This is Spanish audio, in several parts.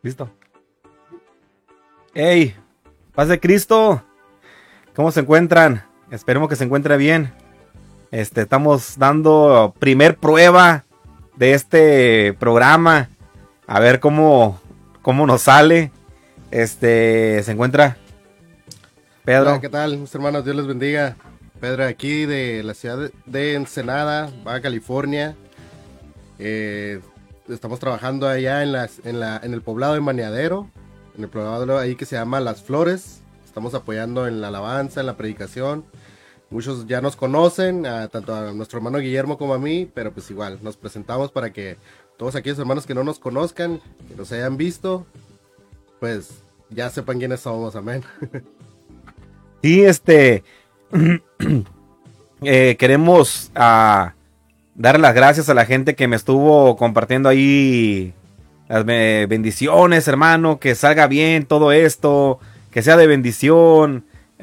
Listo. ¡Ey! Paz de Cristo. ¿Cómo se encuentran? Esperemos que se encuentre bien. Estamos dando primer prueba de este programa. A ver cómo nos sale. Se encuentra Pedro. Hola, ¿qué tal, mis hermanos? Dios les bendiga. Pedro, aquí de la ciudad de Ensenada, Baja California. Estamos trabajando allá en el poblado de Maniadero, en el poblado ahí que se llama Las Flores. Estamos apoyando en la alabanza, en la predicación. Muchos ya nos conocen, tanto a nuestro hermano Guillermo como a mí, pero pues igual, nos presentamos para que todos aquellos hermanos que no nos conozcan, que nos hayan visto, pues ya sepan quiénes somos, amén. Sí, queremos dar las gracias a la gente que me estuvo compartiendo ahí las bendiciones, hermano, que salga bien todo esto, que sea de bendición,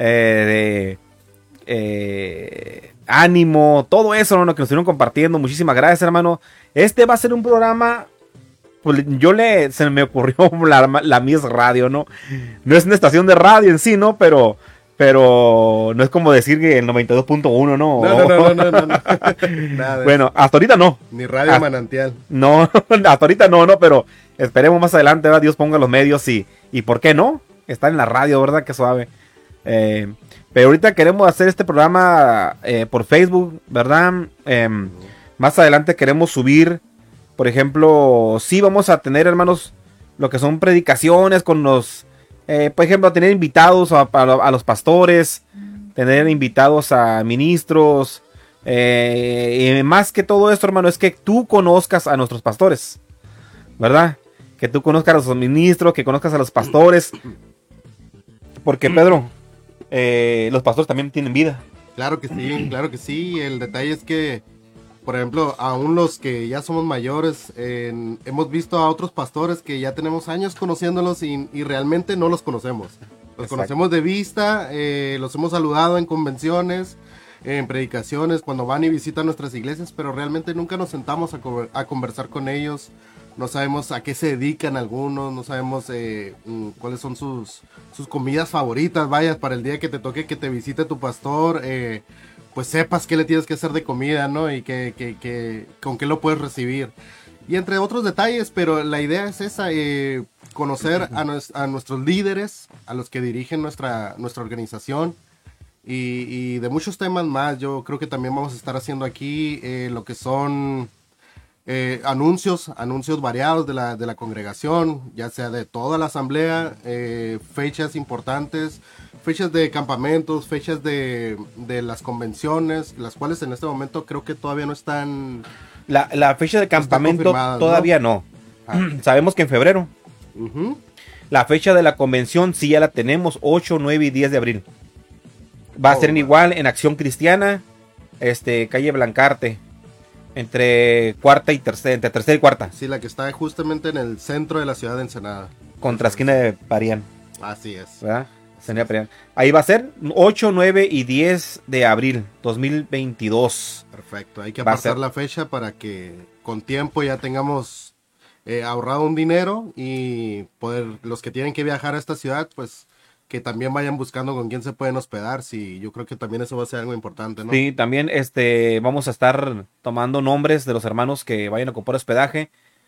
ánimo, todo eso, ¿no? Que nos estuvieron compartiendo. Muchísimas gracias, hermano. Este va a ser un programa, pues se me ocurrió la Mis Radio, ¿no? No es una estación de radio en sí, ¿no? Pero no es como decir que el 92.1, ¿no? No. Nada, bueno, hasta ahorita no. Ni Radio Manantial. No, hasta ahorita no, pero esperemos más adelante, ¿verdad? Dios ponga los medios y ¿por qué no? Está en la radio, ¿verdad? Qué suave. Pero ahorita queremos hacer este programa por Facebook, ¿verdad? Más adelante queremos subir, por ejemplo, sí vamos a tener, hermanos, lo que son predicaciones con los... por ejemplo, tener invitados a los pastores, tener invitados a ministros. Y más que todo esto, hermano, es que tú conozcas a nuestros pastores, ¿verdad? Que tú conozcas a los ministros, que conozcas a los pastores. Porque, Pedro, los pastores también tienen vida. Claro que sí. El detalle es que, por ejemplo, aún los que ya somos mayores, hemos visto a otros pastores que ya tenemos años conociéndolos y realmente no los conocemos. Los conocemos de vista, los hemos saludado en convenciones, en predicaciones, cuando van y visitan nuestras iglesias, pero realmente nunca nos sentamos a conversar con ellos. No sabemos a qué se dedican algunos, no sabemos cuáles son sus comidas favoritas, vaya, para el día que te toque que te visite tu pastor, pues sepas qué le tienes que hacer de comida, ¿no? Y con qué lo puedes recibir. Y entre otros detalles, pero la idea es esa, conocer a nuestros líderes, a los que dirigen nuestra organización y de muchos temas más. Yo creo que también vamos a estar haciendo aquí lo que son anuncios variados de la congregación, ya sea de toda la asamblea, fechas importantes, fechas de campamentos, fechas de las convenciones, las cuales en este momento creo que todavía no están... La fecha de campamento todavía no. Sabemos que en febrero. La fecha de la convención sí ya la tenemos, 8, 9 y 10 de abril. Va a ser igual en Acción Cristiana, calle Blancarte. Entre tercera y cuarta. Sí, la que está justamente en el centro de la ciudad de Ensenada. Contra esquina de Parián. Así es. ¿Verdad? Parián. Ahí va a ser 8, 9 y 10 de abril 2022. Perfecto, hay que apartar la fecha para que con tiempo ya tengamos ahorrado un dinero y poder, los que tienen que viajar a esta ciudad, pues que también vayan buscando con quién se pueden hospedar. Sí, yo creo que también eso va a ser algo importante, ¿no? Sí, también vamos a estar tomando nombres de los hermanos que vayan a ocupar hospedaje.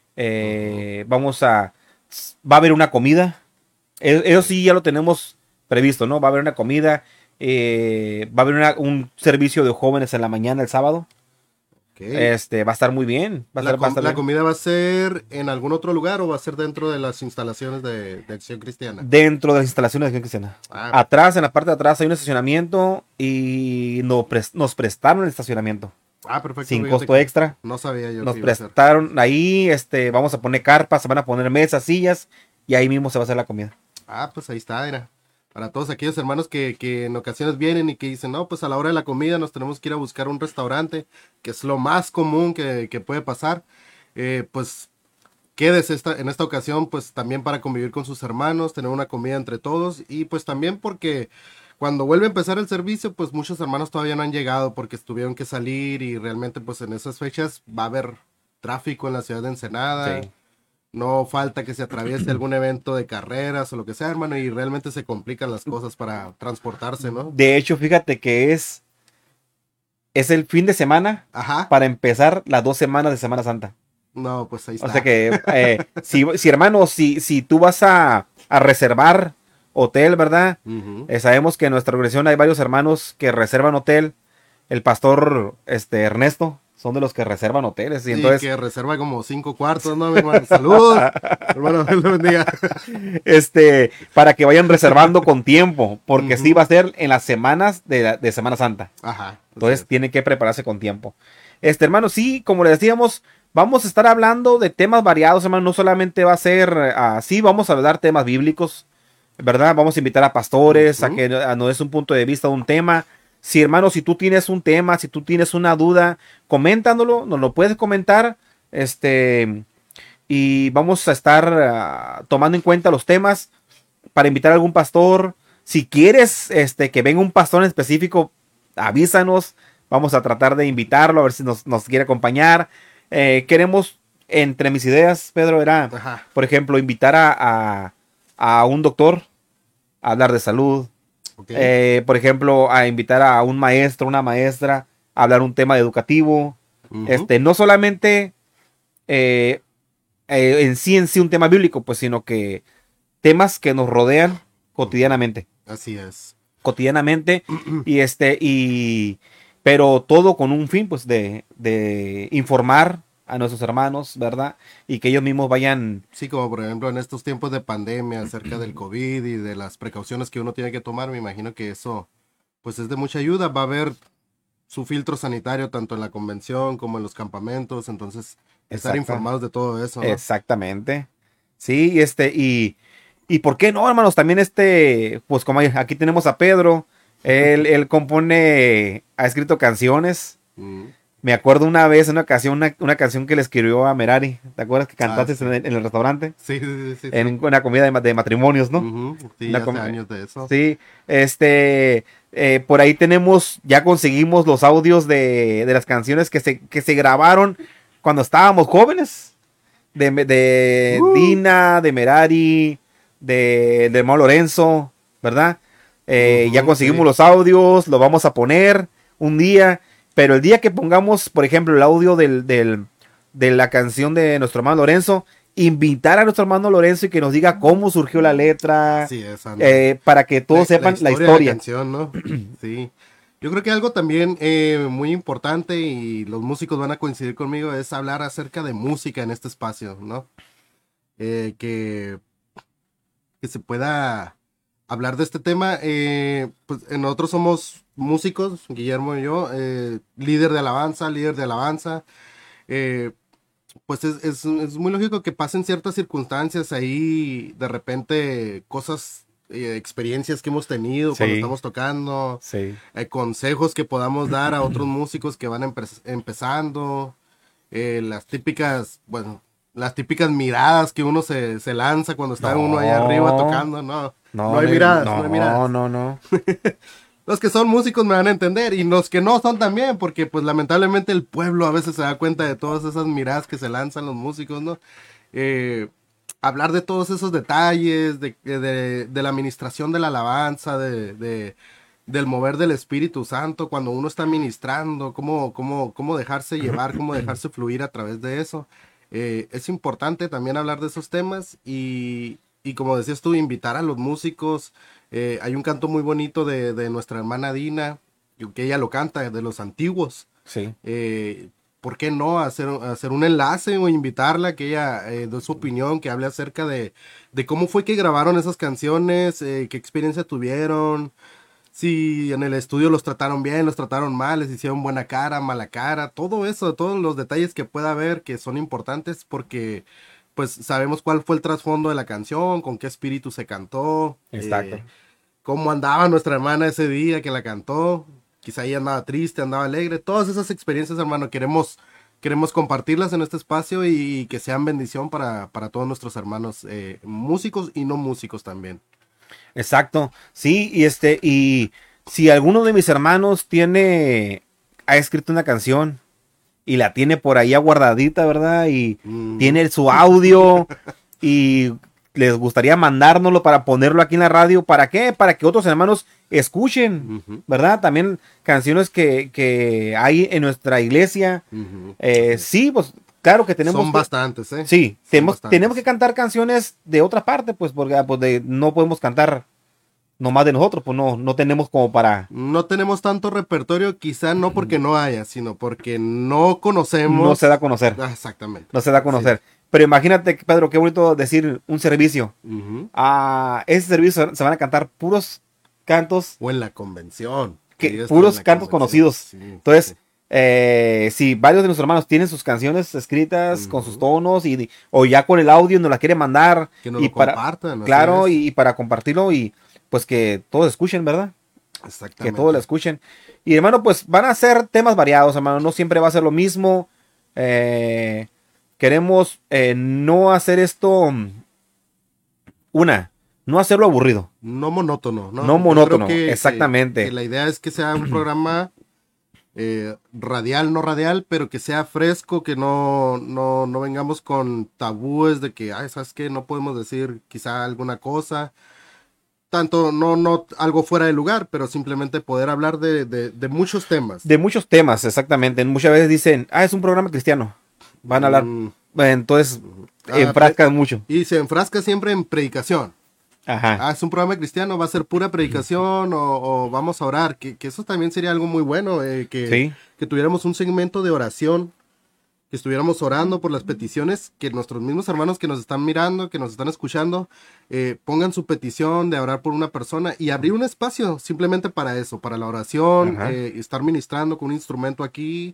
Va a haber una comida. Eso sí ya lo tenemos previsto, ¿no? Va a haber una comida. Va a haber un servicio de jóvenes en la mañana el sábado. Okay. Va a estar muy bien. ¿La comida va a ser en algún otro lugar o va a ser dentro de las instalaciones de Acción Cristiana? Dentro de las instalaciones de Acción Cristiana. Atrás, en la parte de atrás, hay un estacionamiento y nos prestaron el estacionamiento. Perfecto. Sin costo extra. No sabía yo. Nos prestaron ahí, vamos a poner carpas, se van a poner mesas, sillas y ahí mismo se va a hacer la comida. Pues ahí está, era. Para todos aquellos hermanos que en ocasiones vienen y que dicen, no, pues a la hora de la comida nos tenemos que ir a buscar un restaurante, que es lo más común que puede pasar, pues quédese en esta ocasión, pues también para convivir con sus hermanos, tener una comida entre todos y pues también porque cuando vuelve a empezar el servicio, pues muchos hermanos todavía no han llegado porque tuvieron que salir y realmente pues en esas fechas va a haber tráfico en la ciudad de Ensenada. Sí. no falta que se atraviese algún evento de carreras o lo que sea, hermano, y realmente se complican las cosas para transportarse, ¿no? De hecho, fíjate que es el fin de semana Ajá. para empezar las 2 semanas de Semana Santa. No, pues ahí está. O sea que, si hermano, si tú vas a reservar hotel, ¿verdad? Sabemos que en nuestra organización hay varios hermanos que reservan hotel. El pastor Ernesto son de los que reservan hoteles. Y Sí, entonces, que reserva como 5 cuartos, ¿no, mi hermano? Saludos. Hermano, Dios lo bendiga. para que vayan reservando con tiempo, porque sí Ujú. va a ser en las semanas de Semana Santa. Ajá. Entonces Así tienen que prepararse con tiempo. Hermano, sí, como le decíamos, vamos a estar hablando de temas variados, hermano. No solamente va a ser así, vamos a hablar temas bíblicos, ¿verdad? Vamos a invitar a pastores a Ujú. que nos des un punto de vista de un tema. Si, hermano, si tú tienes un tema, si tú tienes una duda, coméntanoslo, nos lo puedes comentar. Y vamos a estar tomando en cuenta los temas para invitar a algún pastor. Si quieres que venga un pastor en específico, avísanos. Vamos a tratar de invitarlo a ver si nos quiere acompañar. Queremos, entre mis ideas, Pedro, era, Ajá. por ejemplo, invitar a un doctor a hablar de salud. Ok. Por ejemplo, a invitar a un maestro, una maestra, a hablar un tema educativo. Ujú. No solamente eh, en sí un tema bíblico, pues, sino que temas que nos rodean cotidianamente. Así es. Cotidianamente. Pero todo con un fin, pues, de informar a nuestros hermanos, ¿verdad? Y que ellos mismos vayan. Sí, como por ejemplo en estos tiempos de pandemia acerca del COVID y de las precauciones que uno tiene que tomar, me imagino que eso pues es de mucha ayuda. Va a haber su filtro sanitario tanto en la convención como en los campamentos, entonces estar Exacta, informados de todo eso, ¿no? exactamente. Sí, y ¿por qué no, hermanos? También pues como aquí tenemos a Pedro, él compone, ha escrito canciones. Mm. Me acuerdo una vez, en una ocasión, una canción que le escribió a Merari. ¿Te acuerdas que Ah, cantaste sí. en el restaurante? Sí, sí, sí, En sí. una comida de matrimonios, ¿no? Ujú. Sí, Una hace com- años de eso. sí, por ahí ya conseguimos los audios de las canciones que se grabaron cuando estábamos jóvenes. De Uh. Dina, de Merari, de hermano Lorenzo, ¿verdad? Ya Ujú, conseguimos sí. los audios, lo vamos a poner un día, pero el día que pongamos, por ejemplo, el audio de la canción de nuestro hermano Lorenzo, invitar a nuestro hermano Lorenzo y que nos diga cómo surgió la letra, Así es, ándale. para que todos La sepan la historia de la historia. canción, ¿no? Sí. Yo creo que algo también muy importante y los músicos van a coincidir conmigo es hablar acerca de música en este espacio, ¿no? Eh, que, que se pueda hablar de este tema. Pues nosotros somos músicos, Guillermo y yo, líder de alabanza, líder de alabanza. eh, pues es muy lógico que pasen ciertas circunstancias ahí, de repente cosas, experiencias que hemos tenido cuando Sí, estamos tocando, sí. consejos que podamos dar a otros músicos que van empezando, las típicas, bueno, las típicas miradas que uno se lanza cuando está uno allá arriba No, tocando, no, no no, hay miradas, no hay no, miradas. no, no. Los que son músicos me van a entender y los que no son también, porque pues lamentablemente el pueblo a veces se da cuenta de todas esas miradas que se lanzan los músicos, ¿no? Eh, hablar de todos esos detalles, de la administración de la alabanza, del mover del Espíritu Santo cuando uno está ministrando, cómo dejarse llevar, cómo dejarse fluir a través de eso. Es importante también hablar de esos temas y como decías tú, invitar a los músicos. Hay un canto muy bonito de nuestra hermana Dina, que ella lo canta, de los antiguos. Sí. ¿Por qué no hacer un enlace o invitarla que ella dé su opinión, que hable acerca de cómo fue que grabaron esas canciones, qué experiencia tuvieron, si en el estudio los trataron bien, los trataron mal, les hicieron buena cara, mala cara, todo eso, todos los detalles que pueda haber que son importantes porque pues sabemos cuál fue el trasfondo de la canción, con qué espíritu se cantó, Exacto. cómo andaba nuestra hermana ese día que la cantó. Quizá ella andaba triste, andaba alegre. Todas esas experiencias, hermano, queremos compartirlas en este espacio y que sean bendición para todos nuestros hermanos músicos y no músicos también. Exacto. Sí, y si alguno de mis hermanos ha escrito una canción y la tiene por ahí aguardadita, ¿verdad? Y Mm. tiene su audio y les gustaría mandárnoslo para ponerlo aquí en la radio. ¿Para qué? Para que otros hermanos escuchen, Ujú, ¿verdad? También canciones que hay en nuestra iglesia. ujú. Sí, pues claro que tenemos Son que, bastantes, ¿eh? sí, Son tenemos bastantes. que cantar canciones de otra parte, pues porque no podemos cantar nomás de nosotros, pues no tenemos como para, No tenemos tanto repertorio, quizá no porque no haya, sino porque no no se da a conocemos. conocer, Ah, exactamente. no se da a Así conocer. es. Pero imagínate, Pedro, qué bonito decir un servicio. Ujú. Ese servicio se van a cantar puros cantos, O en la convención. Que yo estoy en puros la cantos convención. conocidos. Sí, sí, Entonces, sí. si varios de nuestros hermanos tienen sus canciones escritas con sus Ujú. tonos o ya con el audio nos la quieren mandar Que nos y lo para, compartan, así claro, es. y para compartirlo y pues que todos escuchen, ¿verdad? Que todos la Exactamente. escuchen. Y hermano, pues van a ser temas variados, hermano. No siempre va a ser lo mismo. Eh, queremos no hacer esto, no hacerlo aburrido, No monótono, ¿no? no Yo creo monótono, que exactamente. la idea es que sea un programa radial, no radial, pero que sea fresco, que no vengamos con tabúes de que, ay, ¿sabes qué? No podemos decir quizá alguna cosa. Tanto, no algo fuera de lugar, pero simplemente poder hablar de muchos temas. De muchos temas, exactamente. Muchas veces dicen, es un programa cristiano. Van a hablar. Mm, Entonces, ah, enfrascan mucho. y se enfrasca siempre en predicación. Ajá. Es un programa cristiano, va a ser pura predicación o vamos a orar, que eso también sería algo muy bueno, Sí. que tuviéramos un segmento de oración, que estuviéramos orando por las peticiones, que nuestros mismos hermanos que nos están mirando, que nos están escuchando, pongan su petición de orar por una persona y abrir un espacio simplemente para eso, para la oración, Ajá. estar ministrando con un instrumento aquí.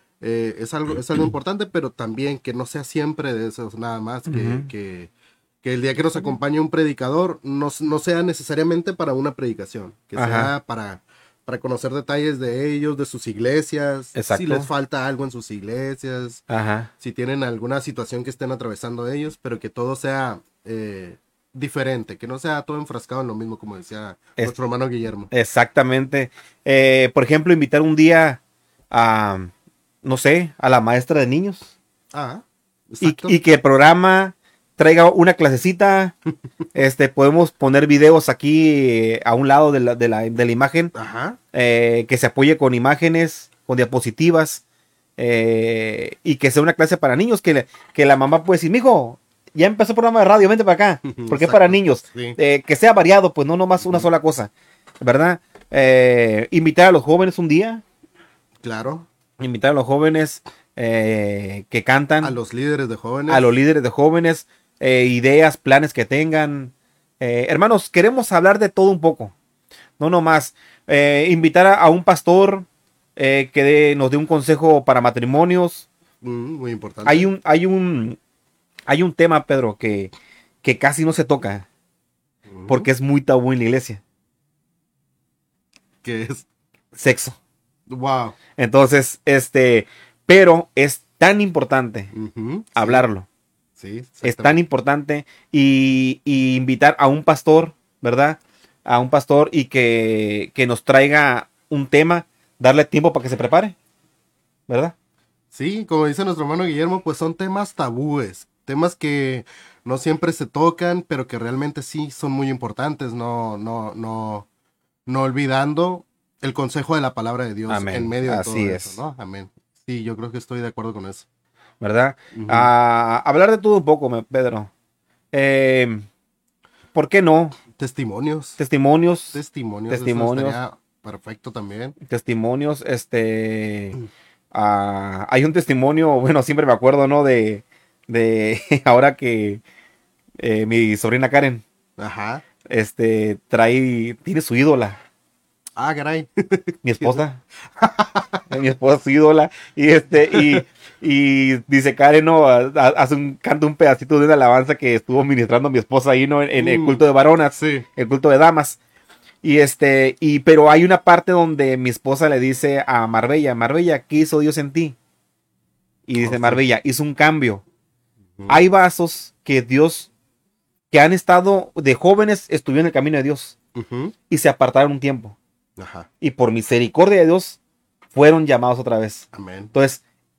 Es algo importante, pero también que no sea siempre de eso, nada más, Ujú. que el día que nos acompañe un predicador no sea necesariamente para una predicación, que Ajá. sea para conocer detalles de ellos, de sus iglesias, si les Exacto. falta algo en sus iglesias, Ajá. si tienen alguna situación que estén atravesando ellos, pero que todo sea diferente, que no sea todo enfrascado en lo mismo, como decía Es- nuestro hermano Guillermo. exactamente. Por ejemplo, invitar un día a, no sé, a la maestra de niños Ah, y exacto. que el programa traiga una clasecita. Podemos poner videos aquí a un lado de la imagen, Ajá. que se apoye con imágenes, con diapositivas, y que sea una clase para niños, que la mamá puede decir, mijo, ya empezó el programa de radio, vente para acá, porque es para Exacto. niños. Sí. Que sea variado, pues no nomás una Ujú. sola cosa, ¿verdad? Invitar a los jóvenes un día, Claro. invitar a los jóvenes que A cantan, los líderes de a los jóvenes. líderes de jóvenes, ideas, planes que tengan. Hermanos, queremos hablar de todo un poco, no nomás. Invitar a un pastor nos dé un consejo para matrimonios. Muy Hay importante. un tema, Pedro, que casi no se toca Ujú. porque es muy tabú en la iglesia. Que es. Sexo. Wow. Entonces, pero es tan importante Ujú. Sí, hablarlo. sí, Es tan exactamente. importante y invitar a un pastor, ¿verdad? A un pastor y que nos traiga un tema, darle tiempo para que se prepare, ¿verdad? Sí, como dice nuestro hermano Guillermo, pues son temas tabúes, temas que no siempre se tocan, pero que realmente sí son muy importantes, no olvidando el consejo de la palabra de Dios en Amén. medio de Así todo eso, es, ¿no? Amén. Sí, yo creo que estoy de acuerdo con eso. ¿verdad? Ujú. Hablar de todo un poco, Pedro. Eh, ¿Por qué no? Testimonios, Testimonios, testimonios, eso testimonios, estaría perfecto también. testimonios, hay un testimonio, bueno, siempre me acuerdo, ¿no? De ahora que mi sobrina Karen, Ajá. tiene su ídola, Ah, caray. mi esposa, mi esposa es su ídola, y dice Karen, ¿no? Canta un pedacito de una alabanza que estuvo ministrando mi esposa ahí, ¿no? En el culto de varonas, Sí. el culto de damas. Pero hay una parte donde mi esposa le dice a Marbella, Marbella, ¿qué hizo Dios en ti? Y Oh, dice sí. Marbella, hizo un cambio. Ujú. Hay vasos que han estado de jóvenes, estuvieron en el camino de Dios Ujú. y se apartaron un tiempo. Ajá. Y por misericordia de Dios, fueron llamados otra vez. Amén. Entonces,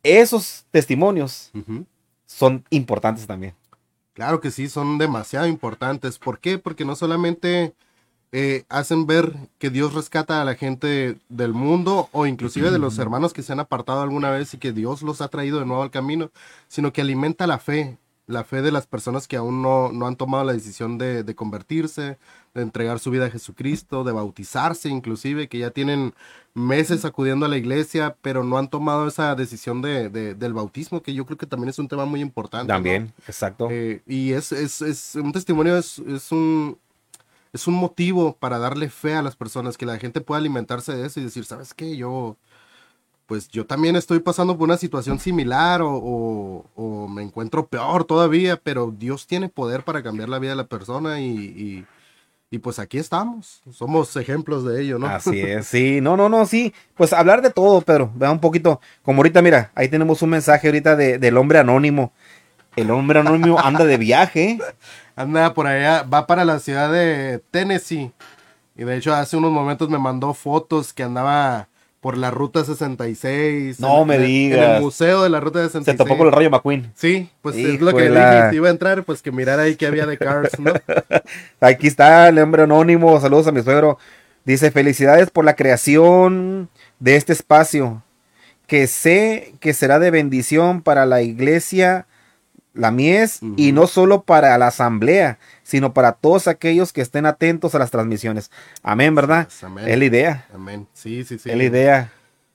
esos testimonios Ujú. son importantes también. Claro que sí, son demasiado importantes. ¿Por qué? Porque no solamente hacen ver que Dios rescata a la gente del mundo o inclusive de los hermanos que se han apartado alguna vez y que Dios los ha traído de nuevo al camino, sino que alimenta la fe de las personas que aún no han tomado la decisión de convertirse, de entregar su vida a Jesucristo, de bautizarse inclusive, que ya tienen meses acudiendo a la iglesia, pero no han tomado esa decisión del bautismo, que yo creo que también es un tema muy importante, ¿no? También, exacto. Y es un testimonio, es un motivo para darle fe a las personas, que la gente pueda alimentarse de eso y decir, ¿sabes qué? Pues yo también estoy pasando por una situación similar o me encuentro peor todavía, pero Dios tiene poder para cambiar la vida de la persona y pues aquí estamos, somos ejemplos de ello, ¿no? Así es, sí, no, sí, pues hablar de todo, Pedro, vea un poquito, como ahorita, mira, ahí tenemos un mensaje ahorita del hombre anónimo. El hombre anónimo anda de viaje. Anda por allá, va para la ciudad de Tennessee. Y de hecho hace unos momentos me mandó fotos que andaba por la ruta 66. No me En digas. el museo de la ruta 66. Se topó con el Rayo McQueen. Sí, pues es lo que le Híjola. dije. Si iba a entrar, pues que mirara ahí que había de Cars, ¿no? Aquí está el hombre anónimo. Saludos a mi suegro. Dice, felicidades por la creación de este espacio, que sé que será de bendición para la iglesia, la mies, y no solo para la asamblea, sino para todos aquellos que estén atentos a las transmisiones. Amén, ¿verdad? Pues, amén. Es la idea. Amén. Sí. Es la idea.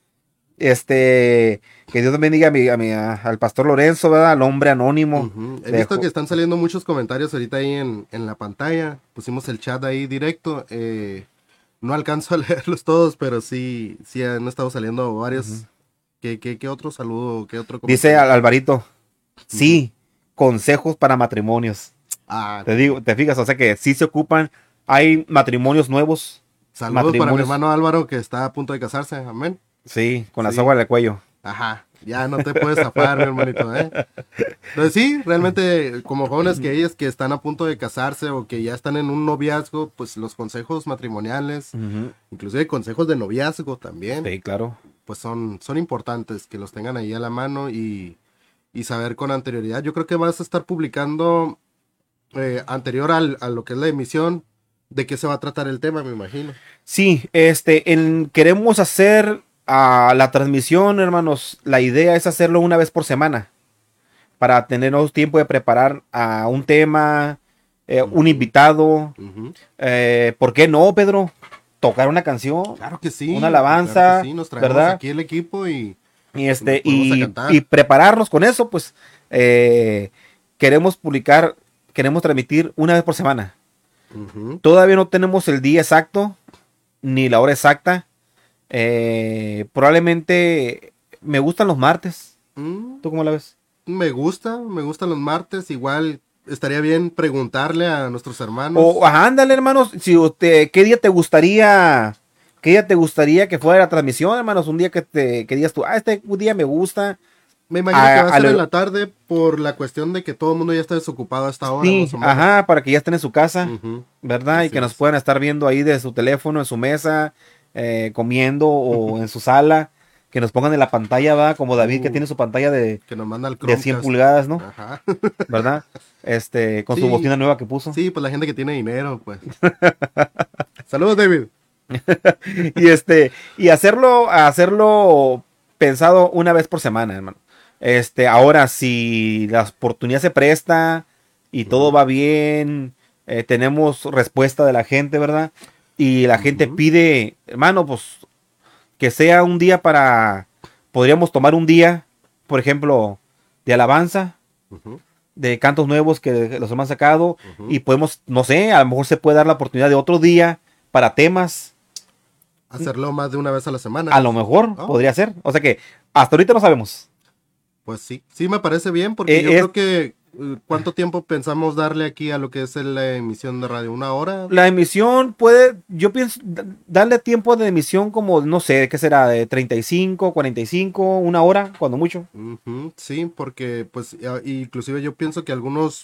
Que Dios bendiga al pastor Lorenzo, ¿verdad? Al hombre anónimo. He visto que están saliendo muchos comentarios ahorita ahí en la pantalla. Pusimos el chat ahí directo. No alcanzo a leerlos todos, pero sí han estado saliendo varios. ¿Qué otro saludo? ¿Qué otro Dice comentario? Alvarito, sí, consejos para matrimonios. Ah, Te digo, te fijas, o sea que sí se ocupan, hay matrimonios nuevos. saludos para mi hermano Álvaro que está a punto de casarse. Amén. Sí, con la Sí. soga del cuello. Ajá, ya no te puedes zafar, mi hermanito, ¿eh? Entonces sí, realmente como jóvenes que ellos que están a punto de casarse o que ya están en un noviazgo, pues los consejos matrimoniales, inclusive consejos de noviazgo también, Sí, claro. pues son importantes que los tengan ahí a la mano y saber con anterioridad. Yo creo que vas a estar publicando anterior a lo que es la emisión, de qué se va a tratar el tema, me imagino. Sí, queremos hacer la transmisión, hermanos. La idea es hacerlo una vez por semana para tenernos tiempo de preparar a un tema, un invitado. ¿Por qué no, Pedro? Tocar una canción, Claro que sí. una alabanza, Claro que sí, nos traemos ¿verdad? aquí el equipo y Y nos ponemos a cantar. y prepararnos con eso, pues queremos publicar, queremos transmitir una vez por semana. Todavía no tenemos el día exacto ni la hora exacta. Probablemente me gustan los martes. ¿Tú cómo la ves? Me gustan los martes. Igual estaría bien preguntarle a nuestros hermanos. Ándale, hermanos, si ¿qué día te gustaría que fuera la transmisión, hermanos? Un día que digas tú, este día me gusta. Me imagino que va a ser en la tarde por la cuestión de que todo el mundo ya está desocupado a esta hora. Sí, más o menos. ajá, para que ya estén en su casa, ¿verdad? Así Y que nos es. puedan estar viendo ahí de su teléfono, en su mesa, comiendo o en su sala, que nos pongan en la pantalla, ¿verdad? Como David que tiene su pantalla de Que nos manda el 100 Chromecast. pulgadas, ¿no? Ajá. ¿Verdad? Con Sí. su bocina nueva que puso. Sí, pues la gente que tiene dinero, pues. Saludos, David. Y hacerlo pensado una vez por semana, hermano. Ahora, si la oportunidad se presta y todo va bien, tenemos respuesta de la gente, ¿verdad? Y la gente pide, hermano, pues que sea un día podríamos tomar un día, por ejemplo, de alabanza, de cantos nuevos que los hemos sacado, y podemos, no sé, a lo mejor se puede dar la oportunidad de otro día para temas. Hacerlo más de una vez a la semana. A lo mejor podría ser. O sea que hasta ahorita no sabemos. Pues sí me parece bien porque yo creo que ¿cuánto tiempo pensamos darle aquí a lo que es la emisión de radio? ¿Una hora? La emisión yo pienso darle tiempo de emisión como, no sé, ¿qué será? De 35, 45, una hora, cuando mucho. Sí, porque pues inclusive yo pienso que algunos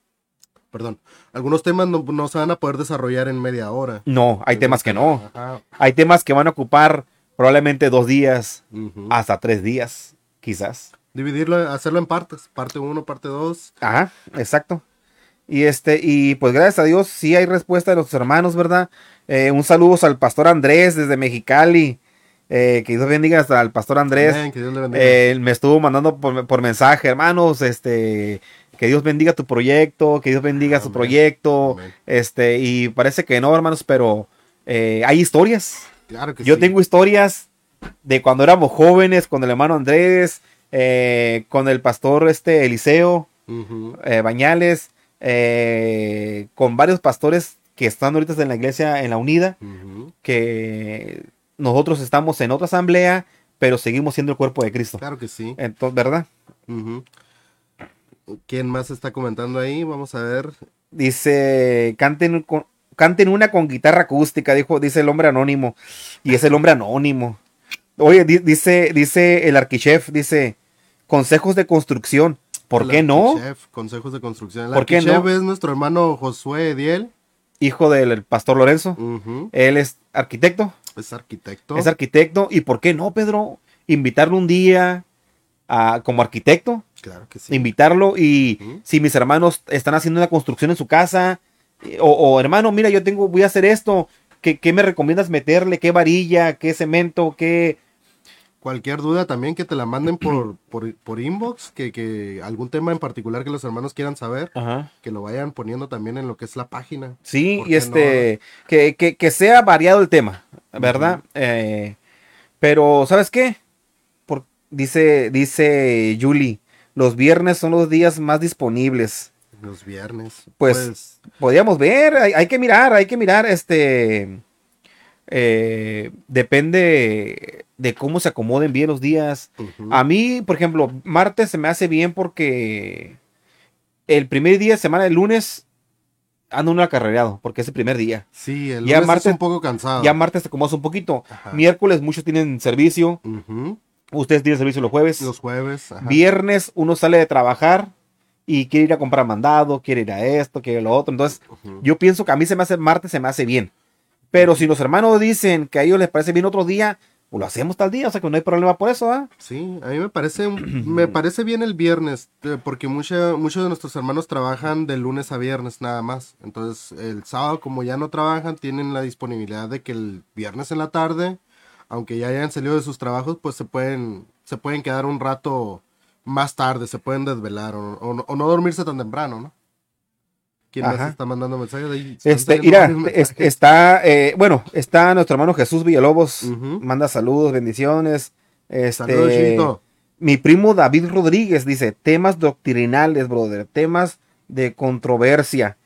temas no se van a poder desarrollar en media hora. No, hay temas que no. Ajá. Hay temas que van a ocupar probablemente 2 días, hasta 3 días. quizás. Dividirlo, hacerlo en partes, parte uno, parte 2. Ajá, exacto. Y pues gracias a Dios sí hay respuesta de nuestros hermanos, ¿verdad? Un saludo al pastor Andrés desde Mexicali. Que Dios bendiga hasta al pastor Andrés. Amén, que Dios le bendiga. Me estuvo mandando por mensaje, hermanos, que Dios bendiga tu proyecto, que Dios bendiga su Amén. proyecto. Amén. Y parece que no, hermanos, pero hay historias. Claro que Yo sí. tengo historias de cuando éramos jóvenes, con el hermano Andrés, con el pastor Eliseo. Ujú. Bañales, con varios pastores que están ahorita en la iglesia, en la Unida, Ujú. que nosotros estamos en otra asamblea, pero seguimos siendo el cuerpo de Cristo. Claro que sí. Entonces, ¿verdad? Ujú. ¿Quién más está comentando ahí? Vamos a ver. Dice, canten una con guitarra acústica, dice el hombre anónimo. Y es el hombre anónimo. Oye, dice el arquichef, dice, consejos de construcción. ¿Por El qué no? Arquichef, consejos de construcción. El ¿Por qué Arquichef no? es nuestro hermano Josué Ediel. Hijo del pastor Lorenzo. Ujú. Él es arquitecto. Es arquitecto. Es arquitecto. ¿Y por qué no, Pedro? Invitarlo un día como arquitecto. Claro que sí. Invitarlo y Ujú. si mis hermanos están haciendo una construcción en su casa, hermano, mira, voy a hacer esto. ¿Qué me recomiendas meterle? ¿Qué varilla? ¿Qué cemento? ¿Qué? Cualquier duda también que te la manden por inbox, que algún tema en particular que los hermanos quieran saber, Ajá. que lo vayan poniendo también en lo que es la página. Sí, ¿Por y qué no? que sea variado el tema, ¿verdad? Pero, ¿sabes qué? Dice Julie, los viernes son los días más disponibles. Los viernes. Pues podríamos ver, hay que mirar, depende de cómo se acomoden bien los días. Ujú. A mí, por ejemplo, martes se me hace bien porque el primer día de semana, el lunes, ando un acarreado, porque es el primer día. Sí, el Ya lunes martes, es un poco cansado. ya martes te acomodas un poquito. Ajá. Miércoles muchos tienen servicio. Ujú. Ustedes tienen servicio los jueves. Los jueves. Ajá. Viernes uno sale de trabajar y quiere ir a comprar mandado, quiere ir a esto, quiere ir a lo otro. Entonces, Ujú. yo pienso que a mí se me hace martes, se me hace bien. Pero si los hermanos dicen que a ellos les parece bien otro día, pues lo hacemos tal día, o sea que no hay problema por eso, ¿ah? Sí, a mí me parece bien el viernes, porque muchos de nuestros hermanos trabajan de lunes a viernes nada más. Entonces, el sábado, como ya no trabajan, tienen la disponibilidad de que el viernes en la tarde, aunque ya hayan salido de sus trabajos, pues se pueden quedar un rato más tarde, se pueden desvelar o no dormirse tan temprano, ¿no? ¿Quién más Ajá. está mandando mensajes? Ahí están saliendo Mira, varios mensajes. está nuestro hermano Jesús Villalobos, Ujú. manda saludos, bendiciones. Saludos, Chuyito. Mi primo David Rodríguez dice, temas doctrinales, brother, temas de controversia.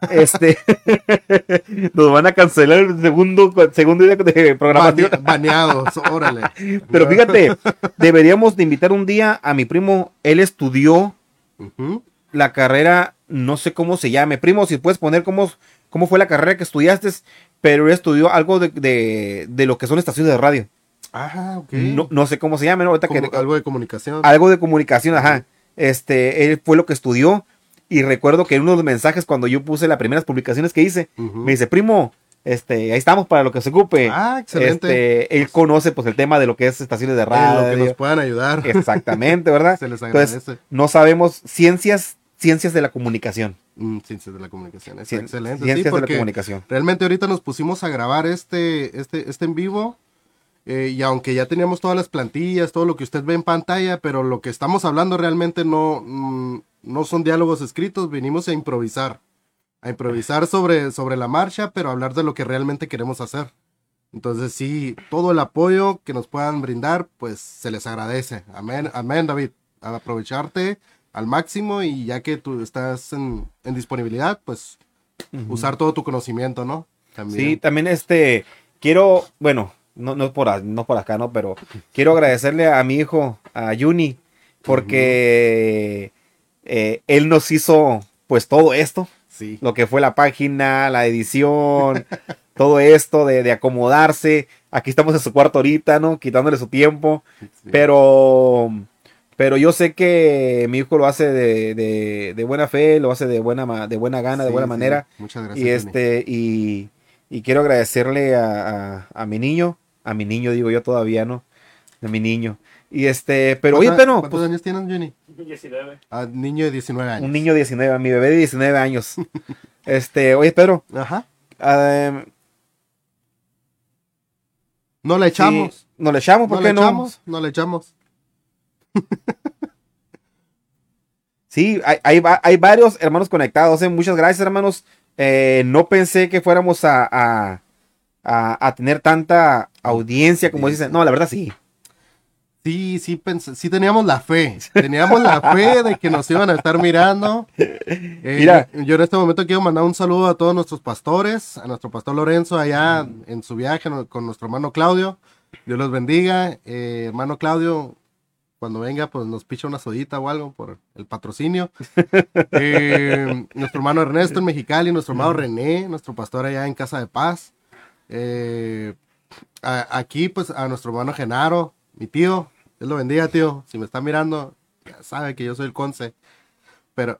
Nos van a cancelar el segundo día de programación. Baneados, órale. Pero fíjate, deberíamos de invitar un día a mi primo, él estudió Ujú. la carrera, no sé cómo se llame. Primo, si puedes poner cómo fue la carrera que estudiaste, pero él estudió algo de lo que son estaciones de radio. Ah, ok. No sé cómo se llama, ¿no? Ahorita Algo de comunicación. algo de comunicación, ajá. Él fue lo que estudió y recuerdo que en uno de los mensajes cuando yo puse las primeras publicaciones que hice, Ujú. me dice, primo, ahí estamos para lo que se ocupe. Ah, excelente. Él conoce pues el tema de lo que es estaciones de En radio. lo que nos puedan ayudar. Exactamente, ¿verdad? Se les agradece. Entonces, no sabemos ciencias de la comunicación. Ciencias de la comunicación. Es Cien- excelente. Sí, Ciencias de la porque comunicación. realmente ahorita nos pusimos a grabar este en vivo. Y aunque ya teníamos todas las plantillas, todo lo que usted ve en pantalla, pero lo que estamos hablando realmente no son diálogos escritos, venimos a improvisar sobre la marcha, pero hablar de lo que realmente queremos hacer. Entonces sí, todo el apoyo que nos puedan brindar, pues se les agradece. Amén, amén, David. A aprovecharte al máximo y ya que tú estás en disponibilidad, pues usar todo tu conocimiento, ¿no? También. Sí, también quiero, bueno, no es por acá, ¿no? Pero quiero agradecerle a mi hijo, a Juni, porque él nos hizo pues todo esto, Sí. lo que fue la página, la edición, todo esto de acomodarse. Aquí estamos en su cuarto ahorita, ¿no? Quitándole su tiempo, Sí. pero yo sé que mi hijo lo hace de buena fe, lo hace de buena gana, de Sí, buena sí. manera. Muchas Y gracias, Johnny. y quiero agradecerle a mi niño digo yo todavía, ¿no? De mi niño. Y pero oye, pero ¿Cuántos años tienes, Johnny? 19. Ah, niño de 19 años. un niño de 19, mi bebé de 19 años. Oye, Pedro, Ajá. ah, No le echamos. sí, ¿nos le echamos? ¿Por No qué le no? echamos. No le echamos. Sí, hay varios hermanos conectados, muchas gracias, hermanos. No pensé que fuéramos a tener tanta audiencia como dicen. No, la verdad sí. Sí, sí teníamos la fe. Teníamos la fe de que nos iban a estar mirando. Mira. Yo en este momento quiero mandar un saludo a todos nuestros pastores, a nuestro pastor Lorenzo allá en su viaje con nuestro hermano Claudio. Dios los bendiga. Hermano Claudio, cuando venga, pues nos picha una sodita o algo por el patrocinio. Nuestro hermano Ernesto en Mexicali, nuestro hermano René, nuestro pastor allá en Casa de Paz. Aquí, pues, a nuestro hermano Genaro, mi tío. Dios lo bendiga, tío. Si me está mirando, ya sabe que yo soy el conce. Pero,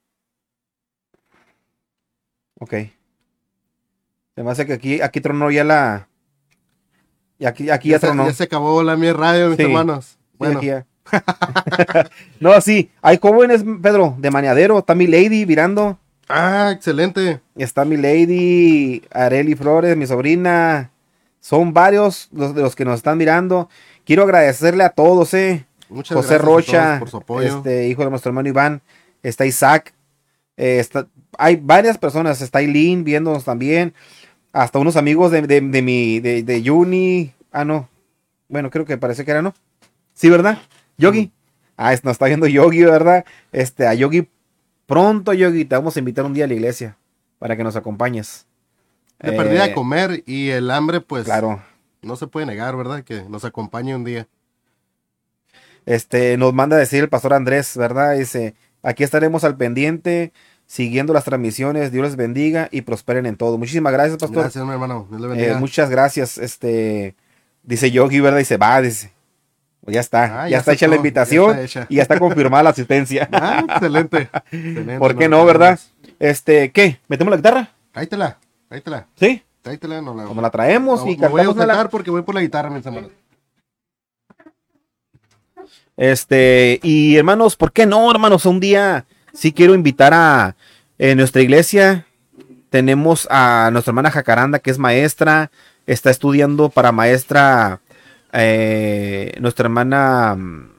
Ok. Se me hace que aquí tronó ya la... Y aquí ya tronó. ya se acabó la mía radio, mis Sí. hermanos. Sí, Bueno, aquí ya. No, sí, hay jóvenes, Pedro, de Maneadero. Está mi lady mirando. excelente. Está mi lady, Areli Flores, mi sobrina. Son varios de los que nos están mirando. Quiero agradecerle a todos, Muchas José gracias a Rocha, todos por su apoyo. hijo de nuestro hermano Iván. Está Isaac. Hay varias personas. Está Eileen viéndonos también. Hasta unos amigos de Juni. Ah, no. Bueno, creo que parece que era, ¿no? Sí, ¿verdad? Yogi. Nos está viendo Yogi, ¿verdad? A Yogi. Pronto, Yogi, te vamos a invitar un día a la iglesia para que nos acompañes. De perdida de comer y el hambre, pues, Claro. no se puede negar, ¿verdad? Que nos acompañe un día. Nos manda a decir el pastor Andrés, ¿verdad? Dice, aquí estaremos al pendiente, siguiendo las transmisiones. Dios les bendiga y prosperen en todo. Muchísimas gracias, pastor. Gracias, mi hermano. Dios le bendiga. Muchas gracias. Dice Yogi, ¿verdad? Dice, va, dice. Pues ya está, ya está hecha la invitación ya está hecha. y ya está confirmada la asistencia. Excelente. Excelente. ¿Por qué no, verdad? ¿Qué? ¿Metemos la guitarra? Tráetela. ¿Sí? Tráetela, no la... Como la traemos y me voy a cantamos una ausentar porque voy por la guitarra, mis hermanos. Y hermanos, ¿por qué no, hermanos? Un día sí quiero invitar en nuestra iglesia. Tenemos a nuestra hermana Jacaranda, que es maestra, está estudiando para maestra. Nuestra hermana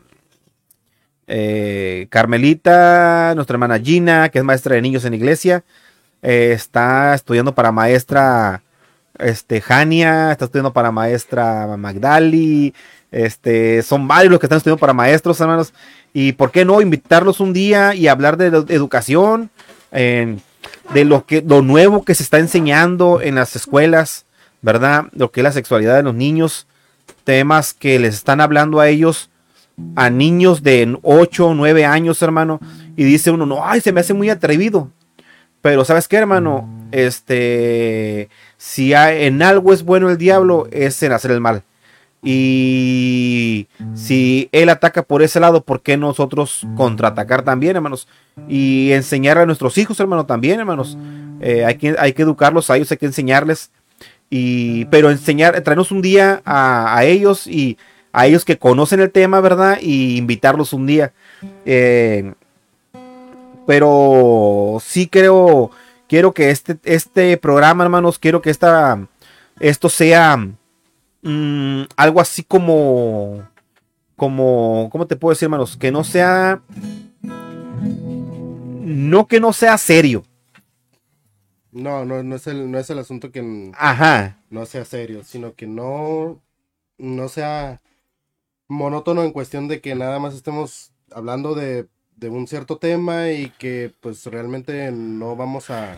Carmelita, nuestra hermana Gina, que es maestra de niños en iglesia, está estudiando para maestra Jania, está estudiando para maestra Magdali. Son varios los que están estudiando para maestros, hermanos. Y por qué no invitarlos un día y hablar de educación, de lo nuevo que se está enseñando en las escuelas, ¿verdad? Lo que es la sexualidad de los niños, temas que les están hablando a ellos, a niños de 8 o 9 años, hermano. Y dice uno, no, ay, se me hace muy atrevido. Pero ¿sabes qué, hermano? Si en algo es bueno el diablo, es en hacer el mal. Y si él ataca por ese lado, ¿por qué nosotros contraatacar también, hermanos? Y enseñar a nuestros hijos, hermano, también, hermanos. Hay que educarlos a ellos, hay que enseñarles. Pero traernos un día a ellos y a ellos que conocen el tema, ¿verdad? Y invitarlos un día. Pero sí quiero que este programa, hermanos, quiero que esto sea algo así como, ¿cómo te puedo decir, hermanos? Que no sea serio. No es el asunto que Ajá. no sea serio, sino que no sea monótono en cuestión de que nada más estemos hablando de un cierto tema y que pues realmente no vamos a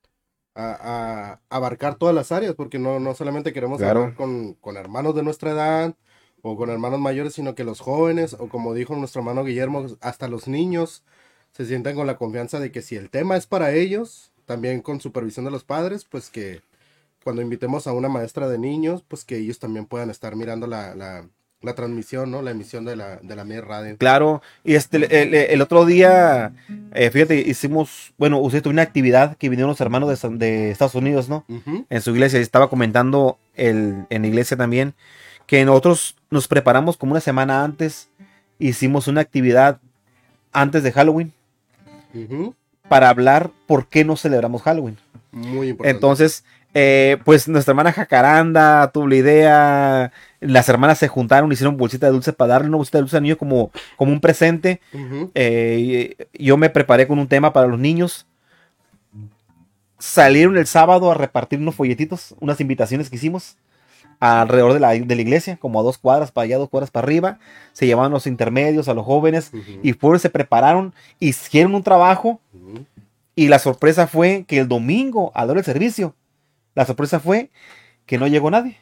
abarcar todas las áreas, porque no solamente queremos hablar con hermanos de nuestra edad o con hermanos mayores, sino que los jóvenes, o como dijo nuestro hermano Guillermo, hasta los niños se sientan con la confianza de que si el tema es para ellos, también con supervisión de los padres, pues que cuando invitemos a una maestra de niños, pues que ellos también puedan estar mirando la transmisión, ¿no? La emisión de la Mía Radio. Claro, y el otro día, fíjate, usted tuvo una actividad que vinieron los hermanos de Estados Unidos, ¿no? Uh-huh. En su iglesia, y estaba comentando en la iglesia también, que nosotros nos preparamos como una semana antes, hicimos una actividad antes de Halloween para hablar por qué no celebramos Halloween. Muy importante. Entonces, pues nuestra hermana Jacaranda tuvo la idea, las hermanas se juntaron, hicieron bolsita de dulce para darle una bolsita de dulce al niño como un presente. Yo me preparé con un tema para los niños. Salieron el sábado a repartir unos folletitos, unas invitaciones que hicimos alrededor de la iglesia, como a 2 cuadras para allá, 2 cuadras para arriba. Se llevaban los intermedios, a los jóvenes, y fueron, se prepararon, hicieron un trabajo. Y la sorpresa fue que el domingo, a la hora del servicio, la sorpresa fue que no llegó nadie.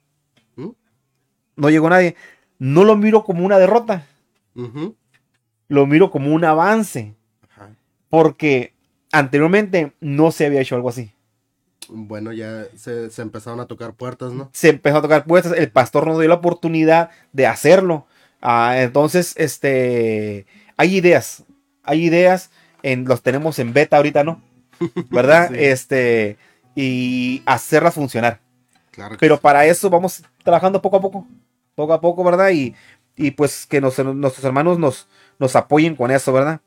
No llegó nadie. No lo miro como una derrota. Lo miro como un avance. Porque anteriormente no se había hecho algo así. Bueno, ya se empezaron a tocar puertas, ¿no? Se empezó a tocar puertas. El pastor nos dio la oportunidad de hacerlo. Entonces, hay ideas. Hay ideas. Los tenemos en beta ahorita, ¿no? ¿Verdad? Sí. Y hacerlas funcionar. Claro. Pero sí, para eso vamos trabajando poco a poco, ¿verdad? Y pues que nuestros hermanos nos apoyen con eso, ¿verdad?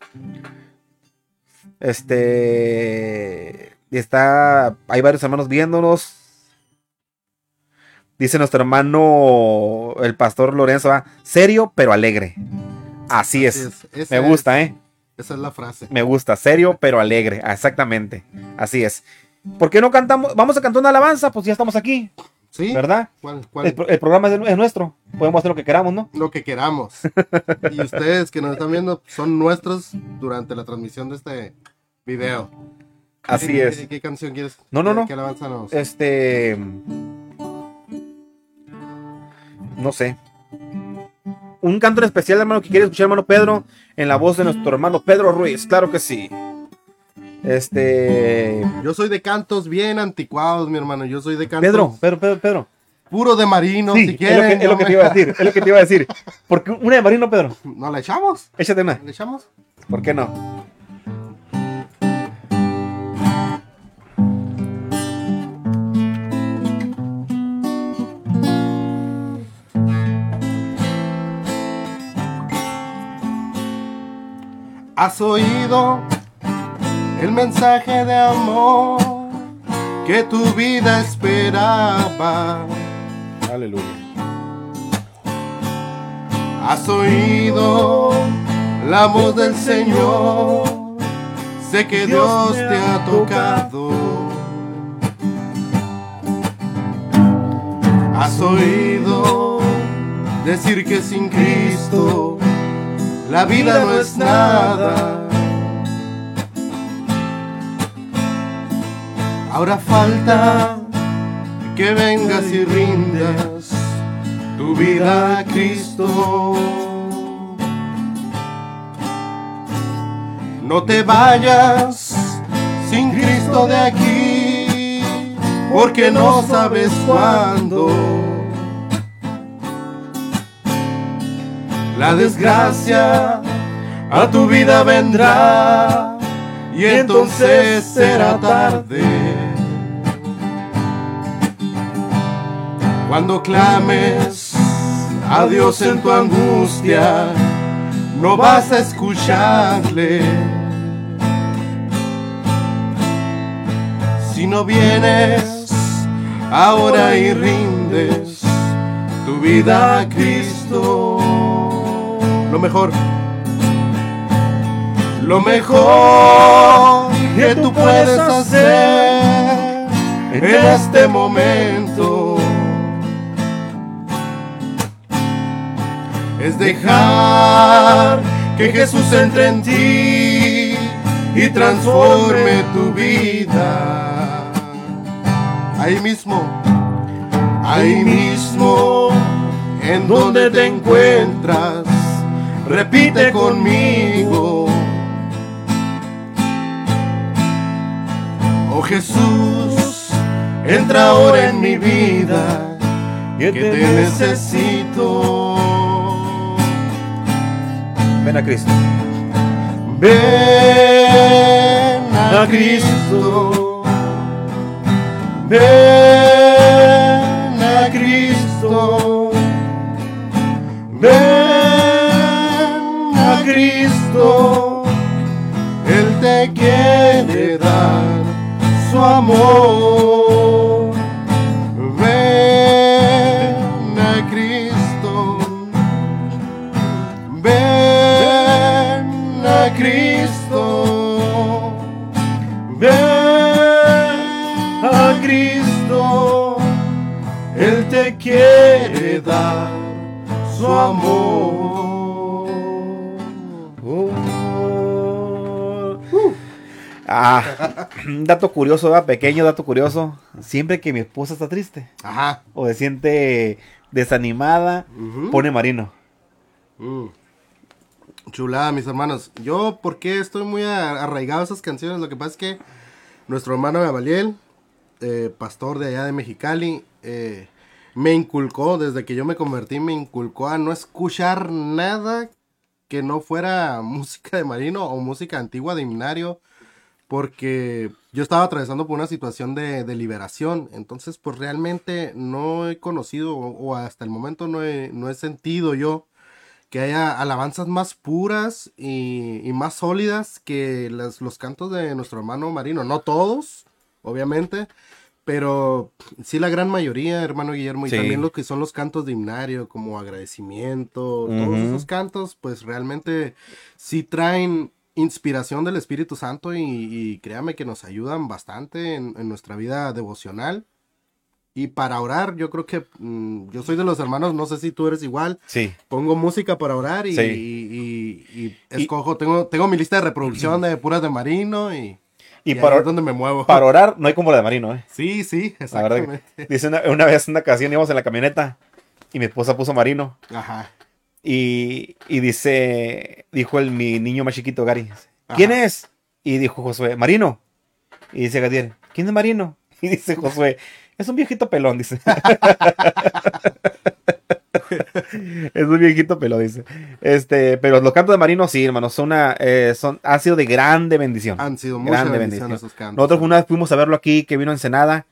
Hay varios hermanos viéndonos. Dice nuestro hermano, el pastor Lorenzo, serio pero alegre. Así es. Me gusta, Esa es la frase. Me gusta, serio pero alegre. Exactamente. Así es. ¿Por qué no cantamos? Vamos a cantar una alabanza, pues ya estamos aquí. Sí. ¿Verdad? ¿Cuál? El programa es nuestro. Podemos hacer lo que queramos, ¿no? Lo que queramos. Y ustedes que nos están viendo son nuestros durante la transmisión de este video. Así es. ¿Qué canción quieres? No. ¿Qué alabanza nos? No sé. Un canto en especial, hermano, que quiere escuchar, hermano Pedro, en la voz de nuestro hermano Pedro Ruiz. Claro que sí. Yo soy de cantos bien anticuados, mi hermano. Yo soy de cantos. Pedro. Puro de Marino, sí, si quieren. Es lo que te iba a decir. Porque una de Marino, Pedro. ¿No la echamos? Échate una. ¿La echamos? ¿Por qué no? ¿Has oído el mensaje de amor que tu vida esperaba? Aleluya. ¿Has oído la voz del Señor? Sé que Dios te ha tocado. ¿Has oído decir que sin Cristo la vida no es nada? Ahora falta que vengas y rindas tu vida a Cristo. No te vayas sin Cristo de aquí, porque no sabes cuándo la desgracia a tu vida vendrá y entonces será tarde. Cuando clames a Dios en tu angustia, no vas a escucharle. Si no vienes ahora y rindes tu vida a Cristo, lo mejor que tú puedes hacer en este momento es dejar que Jesús entre en ti y transforme tu vida. Ahí mismo, en donde te encuentras, repite conmigo: oh Jesús, entra ahora en mi vida, que te necesito. Ven a Cristo. Ven a Cristo. Ven a Cristo. Cristo, Él te quiere dar su amor. Ven a Cristo, ven a Cristo, ven a Cristo, Él te quiere dar su amor. Un dato curioso, ¿verdad? Pequeño dato curioso. Siempre que mi esposa está triste, Ajá. o se siente desanimada, pone Marino. Chulada, mis hermanos. Yo, porque estoy muy arraigado a esas canciones. Lo que pasa es que nuestro hermano Gabaliel, pastor de allá de Mexicali, me inculcó, desde que yo me convertí, me inculcó a no escuchar nada que no fuera música de Marino o música antigua de himnario, porque yo estaba atravesando por una situación de liberación. Entonces, pues realmente no he conocido, o hasta el momento no he sentido yo que haya alabanzas más puras y más sólidas que los cantos de nuestro hermano Marino. No todos, obviamente, pero sí la gran mayoría, hermano Guillermo, y Sí. también lo que son los cantos de himnario, como agradecimiento, todos esos cantos, pues realmente sí traen inspiración del Espíritu Santo y créame que nos ayudan bastante en nuestra vida devocional. Y para orar, yo creo que yo soy de los hermanos, no sé si tú eres igual. Sí. Pongo música para orar y, Sí. y escojo, tengo mi lista de reproducción de puras de Marino y ahí para, es donde me muevo. Para orar no hay como la de Marino, ¿eh? Sí, sí, La verdad exactamente. que, dice una vez, una ocasión íbamos en la camioneta y mi esposa puso Marino. Ajá. Y dijo mi niño más chiquito, Gary, Ajá. ¿quién es? Y dijo Josué, Marino. Y dice Gadiel, ¿quién es Marino? Y dice Josué, es un viejito pelón, dice. Es un viejito pelón, dice. Pero los cantos de Marino, sí, hermano, han sido de grande bendición. Han sido mucha grande bendición esos cantos. Nosotros una vez fuimos a verlo aquí, que vino a Ensenada.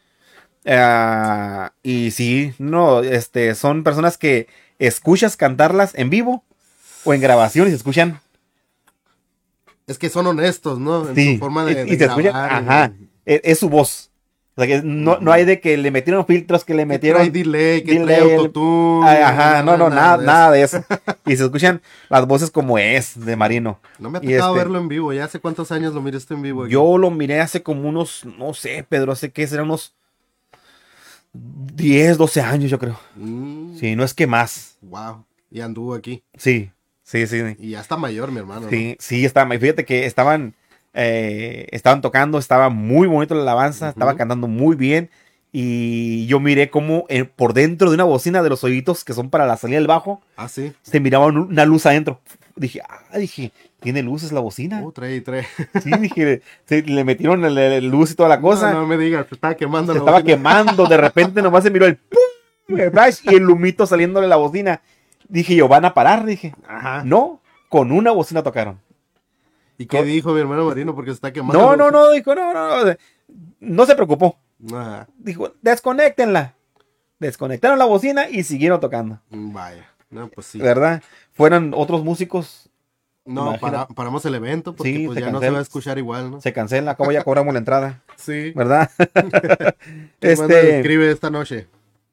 Y sí, no, son personas que escuchas cantarlas en vivo o en grabación y se escuchan. Es que son honestos, ¿no? En Sí, su forma de y se escuchan, grabar. ajá, es su voz. O sea, que no hay de que le metieron filtros, que le metieron trae delay, que delay, trae autotune. Ajá, nada de eso. Y se escuchan las voces como es de Marino. No me ha Y tocado verlo en vivo, ya hace cuántos años lo miraste en vivo. Yo lo miré hace como unos, no sé, Pedro, sé que serán unos 10, 12 años, yo creo. Sí, no es que más. Wow, y anduvo aquí. Sí. Y ya está mayor, mi hermano. Sí, ¿no? sí, está. Fíjate que estaban tocando, estaba muy bonito la alabanza, estaba cantando muy bien. Y yo miré como por dentro de una bocina de los oídos que son para la salida del bajo, sí. se miraba una luz adentro. Dije, tiene luces la bocina. Trae. Sí, dije, le metieron luz y toda la cosa. No me digas, se estaba quemando. Se estaba quemando, de repente nomás se miró el pum, el flash y el humito saliéndole de la bocina. Dije yo, ¿van a parar? Dije, no, con una bocina tocaron. ¿Y qué dijo mi hermano Marino? Porque se está quemando. No, dijo, no se preocupó. Ajá. Dijo, desconéctenla. Desconectaron la bocina y siguieron tocando. Vaya, no, pues sí. ¿Verdad? Fueron otros músicos. No, paramos el evento porque sí, pues ya no se va a escuchar igual, ¿no? Se cancela, acabo ya cobramos la entrada. Sí. ¿Verdad? ¿Qué escribe esta noche?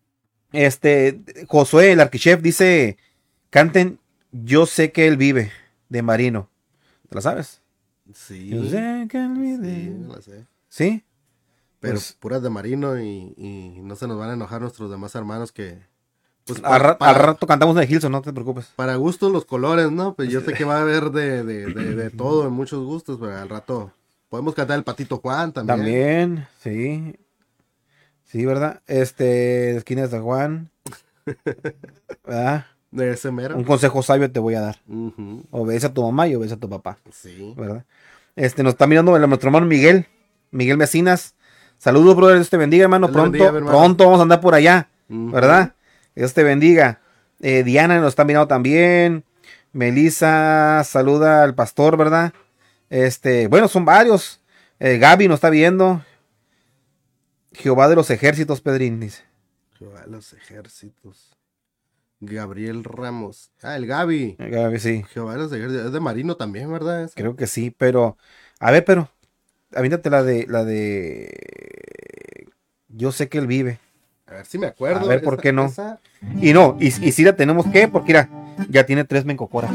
Josué, el arquichef, dice, canten Yo sé que él vive, de Marino. ¿Te la sabes? Sí. Yo sé que él vive. Sí, la sé. ¿Sí? Pero pues, puras de Marino y no se nos van a enojar nuestros demás hermanos que... Pues, al rato cantamos de Gilson, no te preocupes. Para gustos los colores, ¿no? Pues yo sé que va a haber de todo, en muchos gustos, pero al rato podemos cantar el Patito Juan también. También, sí. Sí, ¿verdad? Esquina de San Juan. ¿Verdad? De ese mero. Un consejo sabio te voy a dar. Obedece a tu mamá y obedece a tu papá. Sí. ¿Verdad? Nos está mirando nuestro hermano Miguel Mecinas. Saludos, brother. Dios te bendiga, hermano. Pronto vamos a andar por allá. ¿Verdad? Dios te bendiga. Diana nos está mirando también. Melissa saluda al pastor, ¿verdad? Bueno, son varios. Gaby nos está viendo. Jehová de los ejércitos, Pedrín, dice. Jehová de los ejércitos. Gabriel Ramos. Ah, el Gaby. Sí. Jehová de los ejércitos. Es de Marino también, ¿verdad? Ese. Creo que sí, pero... A ver, pero... Avíntate la de... Yo sé que él vive. A ver si me A acuerdo. ver, ¿por qué no? Esa... Y no, y si la tenemos que, porque mira, ya tiene 3 Mencocora.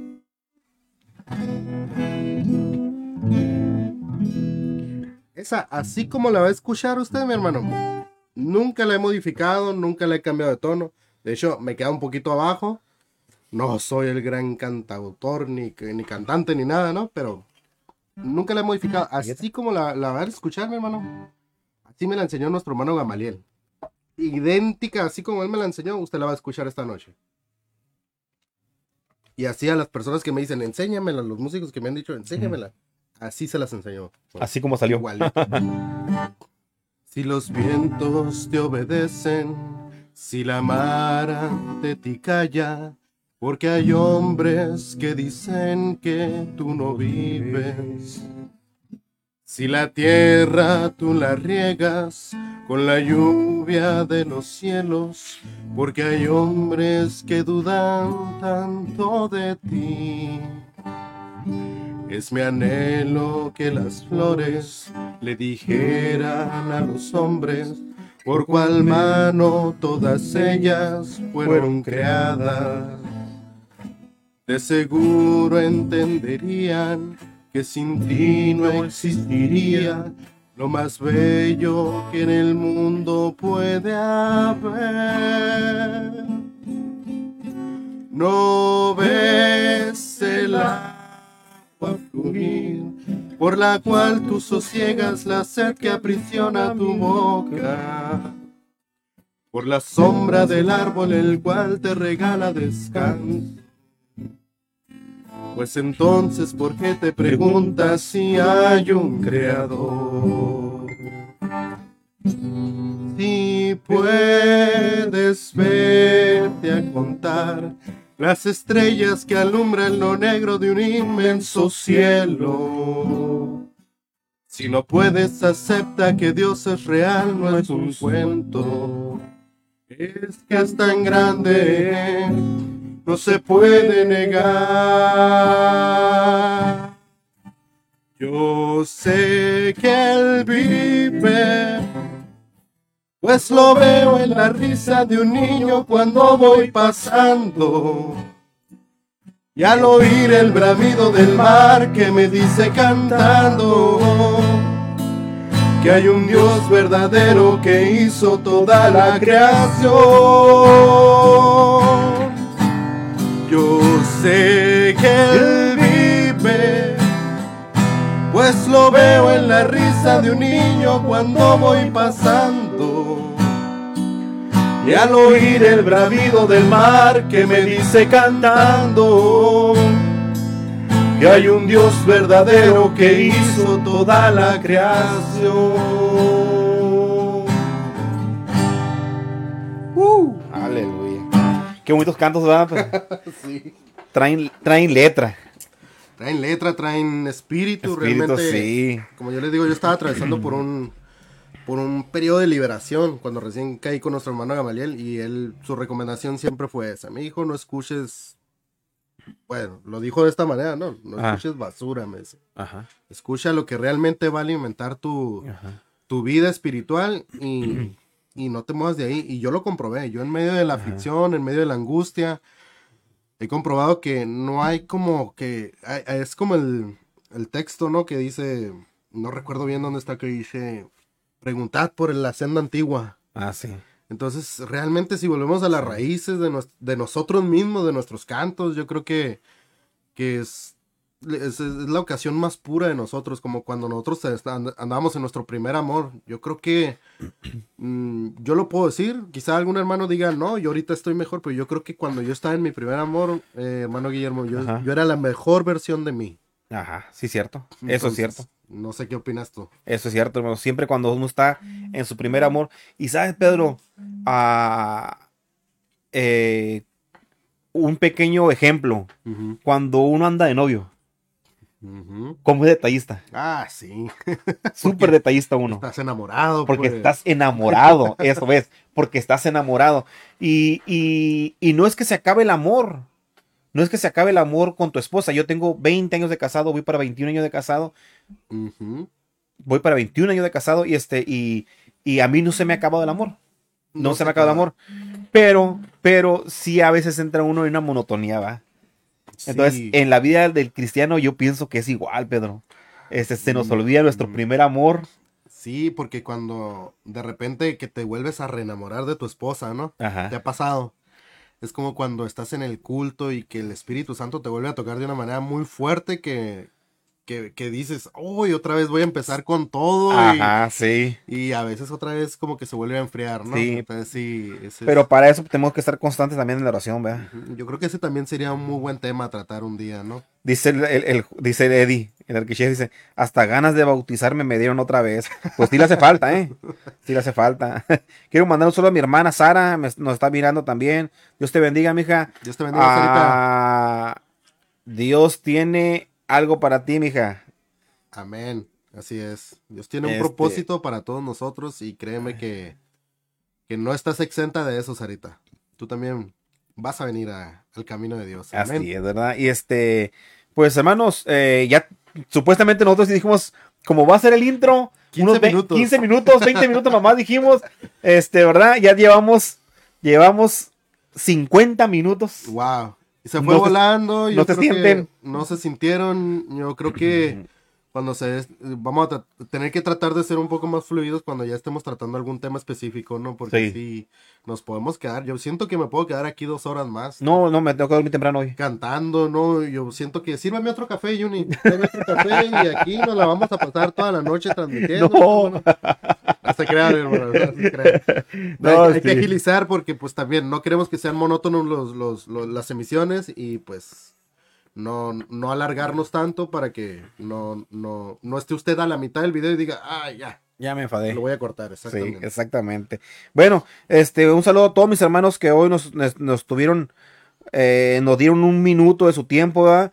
Esa, así como la va a escuchar usted, mi hermano. Nunca la he modificado, nunca la he cambiado de tono. De hecho, me queda un poquito abajo. No soy el gran cantautor, ni cantante, ni nada, ¿no? Pero nunca la he modificado. Así como la va a escuchar, mi hermano. Así me la enseñó nuestro hermano Gamaliel. Idéntica, así como él me la enseñó, usted la va a escuchar esta noche. Y así a las personas que me dicen, enséñamela, los músicos que me han dicho, enséñamela. Así se las enseñó. Así como salió. Igualito. Si los vientos te obedecen, si la mar ante ti calla, porque hay hombres que dicen que tú no vives. Si la tierra tú la riegas con la lluvia de los cielos, porque hay hombres que dudan tanto de ti. Es mi anhelo que las flores le dijeran a los hombres por cuál mano todas ellas fueron creadas. De seguro entenderían que sin ti no existiría lo más bello que en el mundo puede haber. No ves el agua fluir, por la cual tú sosiegas la sed que aprisiona tu boca, por la sombra del árbol el cual te regala descanso. Pues entonces, ¿por qué te preguntas si hay un creador? Si puedes verte a contar las estrellas que alumbran lo negro de un inmenso cielo. Si no puedes, acepta que Dios es real, no es un cuento. Es que es tan grande, no se puede negar. Yo sé que Él vive, pues lo veo en la risa de un niño cuando voy pasando. Y al oír el bramido del mar que me dice cantando que hay un Dios verdadero que hizo toda la creación. Yo sé que Él vive, pues lo veo en la risa de un niño cuando voy pasando. Y al oír el bramido del mar que me dice cantando que hay un Dios verdadero que hizo toda la creación. Aleluya. Qué bonitos cantos, ¿verdad? Sí. Traen letra. Traen letra, traen espíritu realmente. Sí. Como yo les digo, yo estaba atravesando por un periodo de liberación cuando recién caí con nuestro hermano Gamaliel, y su recomendación siempre fue esa: mi hijo, no escuches, bueno, lo dijo de esta manera, no escuches basura, me dice. Ajá. Escucha lo que realmente va a alimentar tu vida espiritual y no te muevas de ahí. Y yo lo comprobé, yo en medio de la aflicción, en medio de la angustia, he comprobado que no hay como que, es como el texto, ¿no? Que dice, no recuerdo bien dónde está, que dice, preguntad por la senda antigua. Sí. Entonces, realmente si volvemos a las raíces de nosotros mismos, de nuestros cantos, yo creo que es la ocasión más pura de nosotros, como cuando nosotros andábamos en nuestro primer amor. Yo creo que yo lo puedo decir, quizá algún hermano diga, no, yo ahorita estoy mejor, pero yo creo que cuando yo estaba en mi primer amor, hermano Guillermo, yo era la mejor versión de mí. Ajá, sí, cierto. Entonces, eso es cierto. No sé qué opinas tú. Eso es cierto, hermano. Siempre cuando uno está en su primer amor. Y sabes, Pedro, un pequeño ejemplo. Cuando uno anda de novio. Ujú. Como es detallista. Ah, sí. Súper detallista uno. Estás enamorado, Porque pues. estás enamorado, eso es, porque estás enamorado. Y no es que se acabe el amor, no es que se acabe el amor con tu esposa. Yo tengo 20 años de casado, voy para 21 años de casado, Ujú. voy para 21 años de casado y a mí no se me ha acabado el amor, no No se se me ha acabado el acaba. amor. Pero sí a veces entra uno en una monotonía, ¿va? Entonces, Sí. en la vida del cristiano yo pienso que es igual, Pedro. Se nos Mm, olvida nuestro mm. primer amor. Sí, porque cuando de repente que te vuelves a reenamorar de tu esposa, ¿no? ¿Te Ajá. ha pasado? Es como cuando estás en el culto y que el Espíritu Santo te vuelve a tocar de una manera muy fuerte que dices, uy, otra vez voy a empezar con todo Ajá, sí, y a veces otra vez como que se vuelve a enfriar, ¿no? sí. Entonces sí, ese Pero es... para eso tenemos que estar constantes también en la oración, ¿verdad? Ujú. Yo creo que ese también sería un muy buen tema a tratar un día, ¿no? Dice dice el Eddie, el arquichef, dice, hasta ganas de bautizarme me dieron otra vez. Pues sí le hace falta, ¿eh? Sí le hace falta. Quiero mandar un saludo a mi hermana Sara, nos está mirando también. Dios te bendiga, mija. Dios te bendiga, Sarita. Ah, Dios tiene algo para ti, mija. Amén. Así es. Dios tiene un Este, propósito para todos nosotros y créeme que no estás exenta de eso, Sarita. Tú también vas a venir al camino de Dios. Amén. así es, ¿verdad? Y pues hermanos, ya supuestamente nosotros dijimos, como va a ser el intro, 15 15 minutos. minutos, 20 minutos nomás dijimos, ¿verdad? Ya llevamos 50 minutos. Wow. Y se fue No se, volando. no Yo se creo que sienten. no se sintieron. Yo creo que cuando vamos a tener que tratar de ser un poco más fluidos cuando ya estemos tratando algún tema específico, ¿no? Porque Sí. si nos podemos quedar. Yo siento que me puedo quedar aquí 2 horas más. No, no, me tengo que dormir temprano hoy. Cantando, ¿no? Yo siento que sírvame otro café, Juni. Tráeme otro café y aquí nos la vamos a pasar toda la noche transmitiendo, mi No, hermano. No se crean, hermano, no se crean. no, Hay que sí. agilizar porque pues también no queremos que sean monótonos las emisiones y pues no alargarnos tanto para que no esté usted a la mitad del video y diga, ah, ya, Ya me lo enfadé. voy a cortar, Sí, exactamente. exactamente. Bueno, un saludo a todos mis hermanos que hoy nos tuvieron nos dieron un minuto de su tiempo, ¿verdad?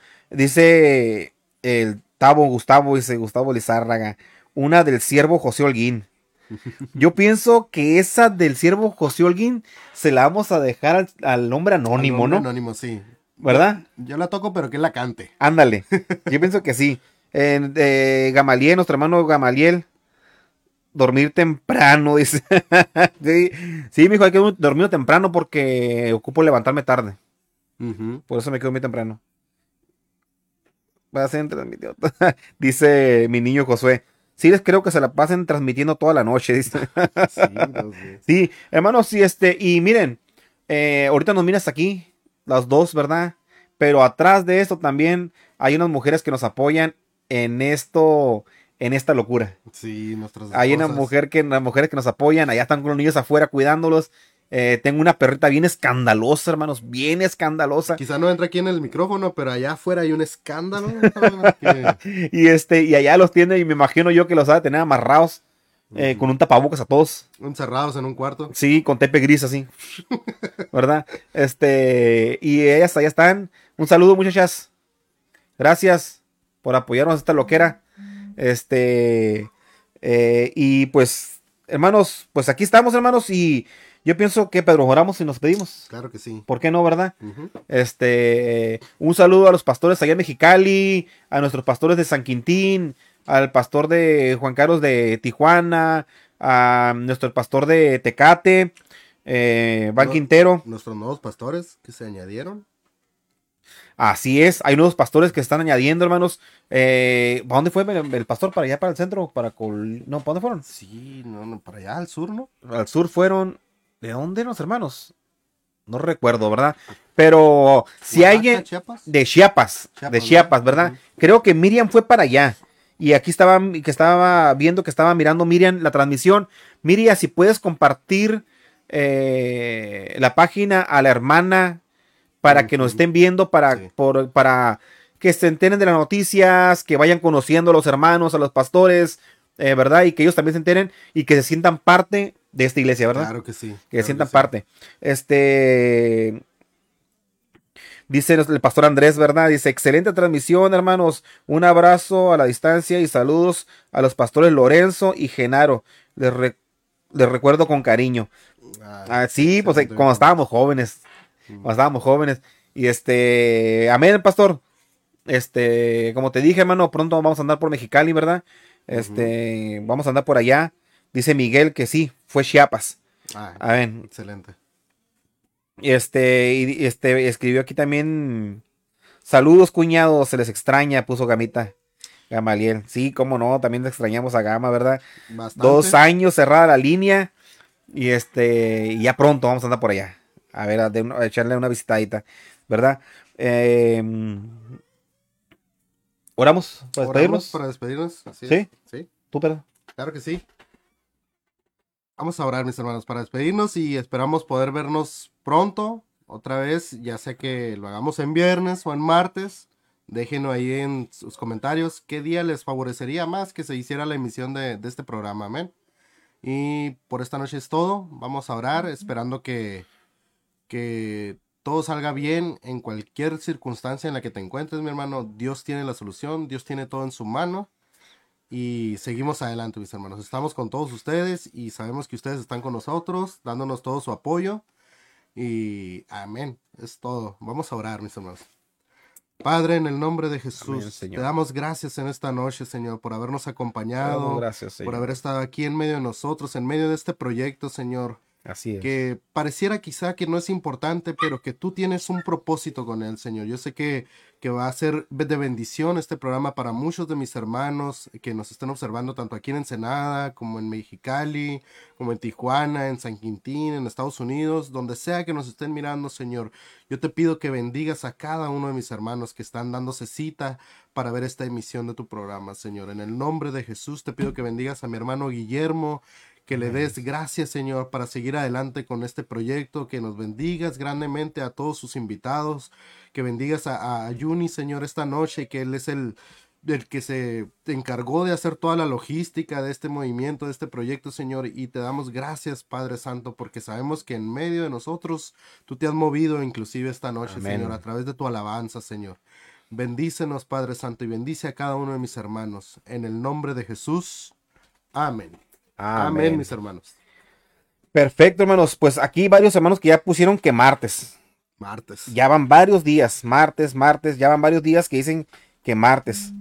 Dice el Gustavo, dice Gustavo Lizárraga, una del siervo José Holguín. Yo pienso que esa del siervo José Holguín se la vamos a dejar al hombre Al anónimo, nombre ¿no? anónimo, sí. ¿Verdad? Yo la toco, pero que él la cante. Ándale. Yo pienso que sí. Gamaliel, nuestro hermano Gamaliel, dormir temprano, dice. Sí, sí, mijo, hay que dormir temprano porque ocupo levantarme tarde. Ujú. Por eso me quedo muy temprano. Va a ser transmitido. Dice mi niño Josué. Sí, les creo que se la pasen transmitiendo toda la noche, dice. Sí, no sé. Sí, hermanos, sí, y miren, ahorita nos miras aquí, las dos, ¿verdad? Pero atrás de esto también hay unas mujeres que nos apoyan en esta locura. Sí, nuestras Hay esposas. unas mujeres que nos apoyan, allá están con los niños afuera cuidándolos. Tengo una perrita bien escandalosa, hermanos, bien escandalosa. Quizá no entra aquí en el micrófono, pero allá afuera hay un escándalo. Que... Y allá los tiene, y me imagino yo que los ha de tener amarrados Ujú. con un tapabocas a todos. Encerrados en un cuarto. Sí, con tepe gris así, ¿verdad? Y ellas allá están. Un saludo, muchachas. Gracias por apoyarnos a esta loquera. Y pues, hermanos, pues aquí estamos, hermanos. Y yo pienso que Pedro, oramos y nos pedimos. Claro que sí. ¿Por qué no, verdad? Ujú. Un saludo a los pastores allá en Mexicali, a nuestros pastores de San Quintín, al pastor de Juan Carlos de Tijuana, a nuestro pastor de Tecate, Van No- Quintero. nuestros nuevos pastores que se añadieron. Así es, hay nuevos pastores que están añadiendo, hermanos. ¿Para dónde fue el pastor? ¿Para allá, para el centro? No, ¿para dónde fueron? Sí, no, para allá al sur, ¿no? Al sur fueron. ¿De dónde los hermanos? No recuerdo, ¿verdad? Pero si Oaxaca, alguien Chiapas. de Chiapas, ¿Verdad? ¿verdad? Ujú. Creo que Miriam fue para allá. Y aquí estaba viendo que estaba mirando Miriam la transmisión. Miriam, si puedes compartir la página a la hermana para que nos Ujú. estén viendo, Sí, para que se enteren de las noticias, que vayan conociendo a los hermanos, a los pastores, ¿verdad? Y que ellos también se enteren y que se sientan parte de esta iglesia, ¿verdad? claro que sí. Que se Claro que sientan sí. parte. Este, Dice el pastor Andrés, ¿verdad? Dice, excelente transmisión, hermanos. Un abrazo a la distancia y saludos a los pastores Lorenzo y Genaro. Les recuerdo con cariño. Sí, pues cuando estábamos jóvenes. Cuando estábamos jóvenes. Y amén, pastor. Como te dije, hermano, pronto vamos a andar por Mexicali, ¿verdad? Vamos a andar por allá. Dice Miguel que sí, fue Chiapas. Amén. Excelente. Escribió aquí también. Saludos, cuñados, se les extraña, puso Gamita. Gamaliel. Sí, cómo no, también le extrañamos a Gama, ¿verdad? Bastante. 2 años cerrada la línea. Y ya pronto vamos a andar por allá. A ver, a echarle una visitadita, ¿verdad? ¿Oramos para despedirnos? Para despedirnos. Así ¿Sí? Es. Sí. ¿Tú, Pedro? Claro que sí. Vamos a orar, mis hermanos, para despedirnos y esperamos poder vernos pronto, otra vez, ya sea que lo hagamos en viernes o en martes. Déjenlo ahí en sus comentarios qué día les favorecería más que se hiciera la emisión de este programa, amén. Y por esta noche es todo, vamos a orar esperando que todo salga bien en cualquier circunstancia en la que te encuentres, mi hermano. Dios tiene la solución, Dios tiene todo en su mano. Y seguimos adelante, mis hermanos. Estamos con todos ustedes y sabemos que ustedes están con nosotros, dándonos todo su apoyo. Y amén. Es todo. Vamos a orar, mis hermanos. Padre, en el nombre de Jesús, amén, te damos gracias en esta noche, Señor, por habernos acompañado, gracias, Señor, por haber estado aquí en medio de nosotros, en medio de este proyecto, Señor. Así es. Que pareciera quizá que no es importante, pero que tú tienes un propósito con él, Señor. Yo sé que va a ser de bendición este programa para muchos de mis hermanos que nos estén observando tanto aquí en Ensenada, como en Mexicali, como en Tijuana, en San Quintín, en Estados Unidos, donde sea que nos estén mirando, Señor. Yo te pido que bendigas a cada uno de mis hermanos que están dándose cita para ver esta emisión de tu programa, Señor. En el nombre de Jesús te pido que bendigas a mi hermano Guillermo, que le des gracias, Señor, para seguir adelante con este proyecto, que nos bendigas grandemente a todos sus invitados, que bendigas a Juni, Señor, esta noche, que él es el que se encargó de hacer toda la logística de este movimiento, de este proyecto, Señor, y te damos gracias, Padre Santo, porque sabemos que en medio de nosotros tú te has movido inclusive esta noche, amén, Señor, a través de tu alabanza, Señor. Bendícenos, Padre Santo, y bendice a cada uno de mis hermanos. En el nombre de Jesús. Amén. Amén, mis hermanos. Perfecto, hermanos. Pues aquí varios hermanos que ya pusieron que martes. Ya van varios días. Martes. Ya van varios días que dicen que martes.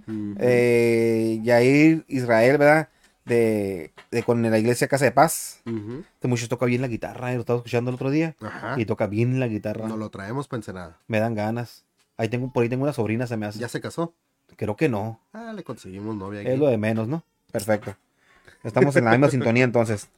Yair Israel, ¿verdad? Con la iglesia Casa de Paz. Este muchacho toca bien la guitarra. Lo estaba escuchando el otro día. Ajá. Y toca bien la guitarra. Nos lo traemos para Ensenada. Me dan ganas. Por ahí tengo una sobrina, se me hace. ¿Ya se casó? Creo que no. Le conseguimos novia aquí. Es lo de menos, ¿no? Perfecto. Estamos en la misma sintonía entonces.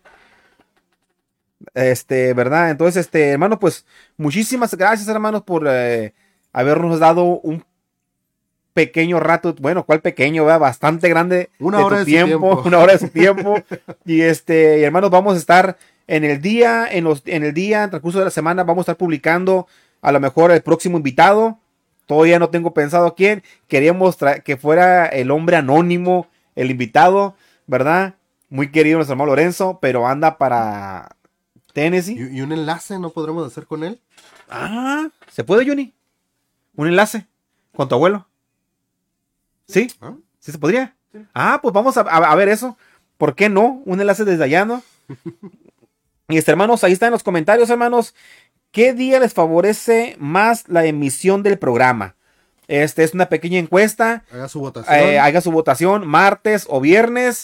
¿Verdad? Entonces, hermano, pues muchísimas gracias, hermanos, por habernos dado un pequeño rato. Bueno, ¿cuál pequeño? ¿Verdad? Bastante grande. Una hora de su tiempo. Una hora de su tiempo. Y hermanos, vamos a estar en el día, en el transcurso de la semana, vamos a estar publicando a lo mejor el próximo invitado. Todavía no tengo pensado quién. Queríamos que fuera el hombre anónimo, el invitado, ¿verdad? Muy querido nuestro hermano Lorenzo, pero anda para Tennessee. ¿Y un enlace no podremos hacer con él? ¿Se puede, Johnny? ¿Un enlace con tu abuelo? ¿Sí? ¿Sí se podría? Sí. Pues vamos a ver eso. ¿Por qué no? Un enlace desde allá, ¿no? Y hermanos, ahí está en los comentarios, hermanos. ¿Qué día les favorece más la emisión del programa? Es una pequeña encuesta. Haga su votación. Haga su votación, martes o viernes.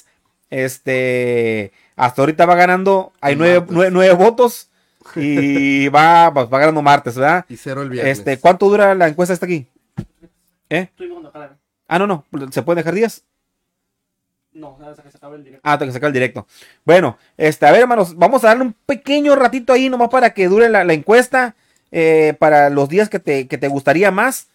Hasta ahorita va ganando. Hay 9 votos. Y va ganando martes, ¿verdad? Y 0 el viernes. ¿Cuánto dura la encuesta esta aquí? No. ¿Se pueden dejar días? No, hasta que se acabe el directo. Hasta que se acabe el directo. Bueno, a ver, hermanos, vamos a darle un pequeño ratito ahí nomás para que dure la encuesta. Para los días que te gustaría más.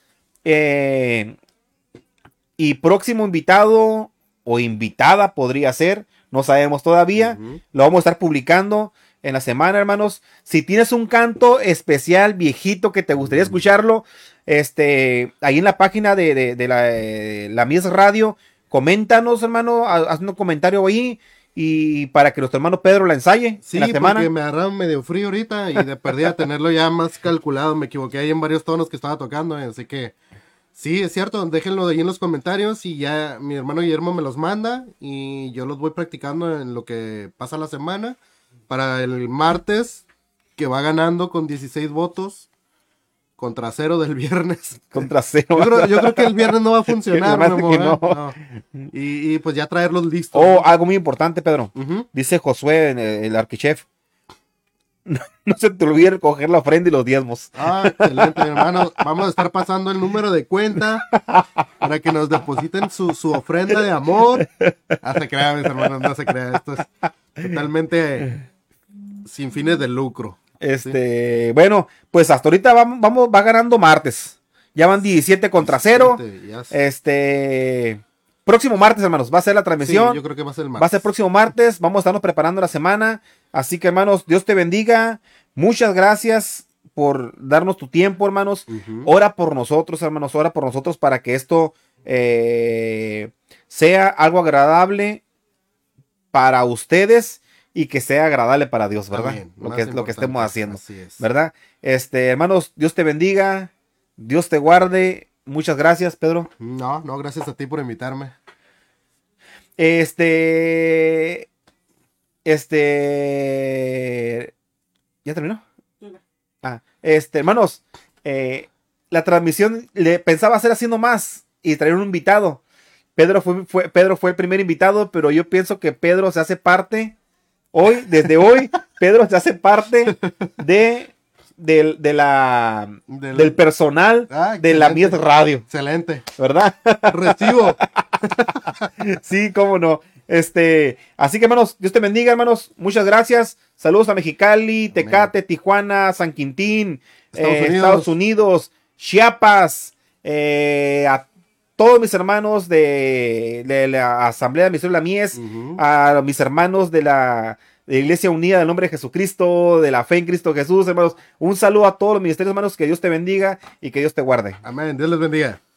Y próximo invitado o invitada podría ser. No sabemos todavía. Lo vamos a estar publicando en la semana, hermanos. Si tienes un canto especial, viejito, que te gustaría escucharlo, ahí en la página de la Mies Radio, coméntanos, hermano, haz un comentario ahí y para que nuestro hermano Pedro la ensaye Sí, en la semana. porque me agarraron medio frío ahorita y de perdida tenerlo ya más calculado. Me equivoqué ahí en varios tonos que estaba tocando, así que sí, es cierto, déjenlo de ahí en los comentarios y ya mi hermano Guillermo me los manda y yo los voy practicando en lo que pasa la semana para el martes, que va ganando con 16 votos contra 0 del viernes. Contra 0. Yo creo que el viernes no va a funcionar, Se me hace Memo, que ¿eh? no. No. Y pues ya traerlos listos. Oh, ¿no? algo muy importante, Pedro. Ujú. Dice Josué, el arquichef. No se te olvide recoger la ofrenda y los diezmos. Ah, excelente, mi hermano. Vamos a estar pasando el número de cuenta para que nos depositen su ofrenda de amor. No se crea, mis hermanos, no se crea. Esto es totalmente sin fines de lucro. Bueno, pues hasta ahorita va ganando martes. Ya van 17 contra 0. Ya sé. Próximo martes, hermanos, va a ser la Sí, transmisión. yo creo que va a ser el Va a martes. ser próximo martes. Vamos a estarnos preparando la semana. Así que, hermanos, Dios te bendiga. Muchas gracias por darnos tu tiempo, hermanos. Ujú. Ora por nosotros, hermanos. Ora por nosotros para que esto sea algo agradable para ustedes y que sea agradable para Dios, ¿verdad? Amén. Lo Más que estemos importante, haciendo, así es. ¿verdad? Hermanos, Dios te bendiga. Dios te guarde. Muchas gracias, Pedro. No, gracias a ti por invitarme. ¿Ya terminó? Hermanos, la transmisión le pensaba hacer haciendo más y traer un invitado. Pedro fue el primer invitado, pero yo pienso que Pedro se hace parte desde hoy, Pedro se hace parte del personal de la Mies Radio, Excelente. ¿verdad? Recibo. Sí, cómo no. Así que, hermanos, Dios te bendiga, hermanos. Muchas gracias. Saludos a Mexicali, Tecate, Tijuana, San Quintín, Estados Unidos, Chiapas, a todos mis hermanos de la Asamblea de Ministerio de la Mies, Ujú. a mis hermanos de la Iglesia Unida del Nombre de Jesucristo, de la Fe en Cristo Jesús, hermanos. Un saludo a todos los ministerios, hermanos. Que Dios te bendiga y que Dios te guarde. Amén. Dios les bendiga.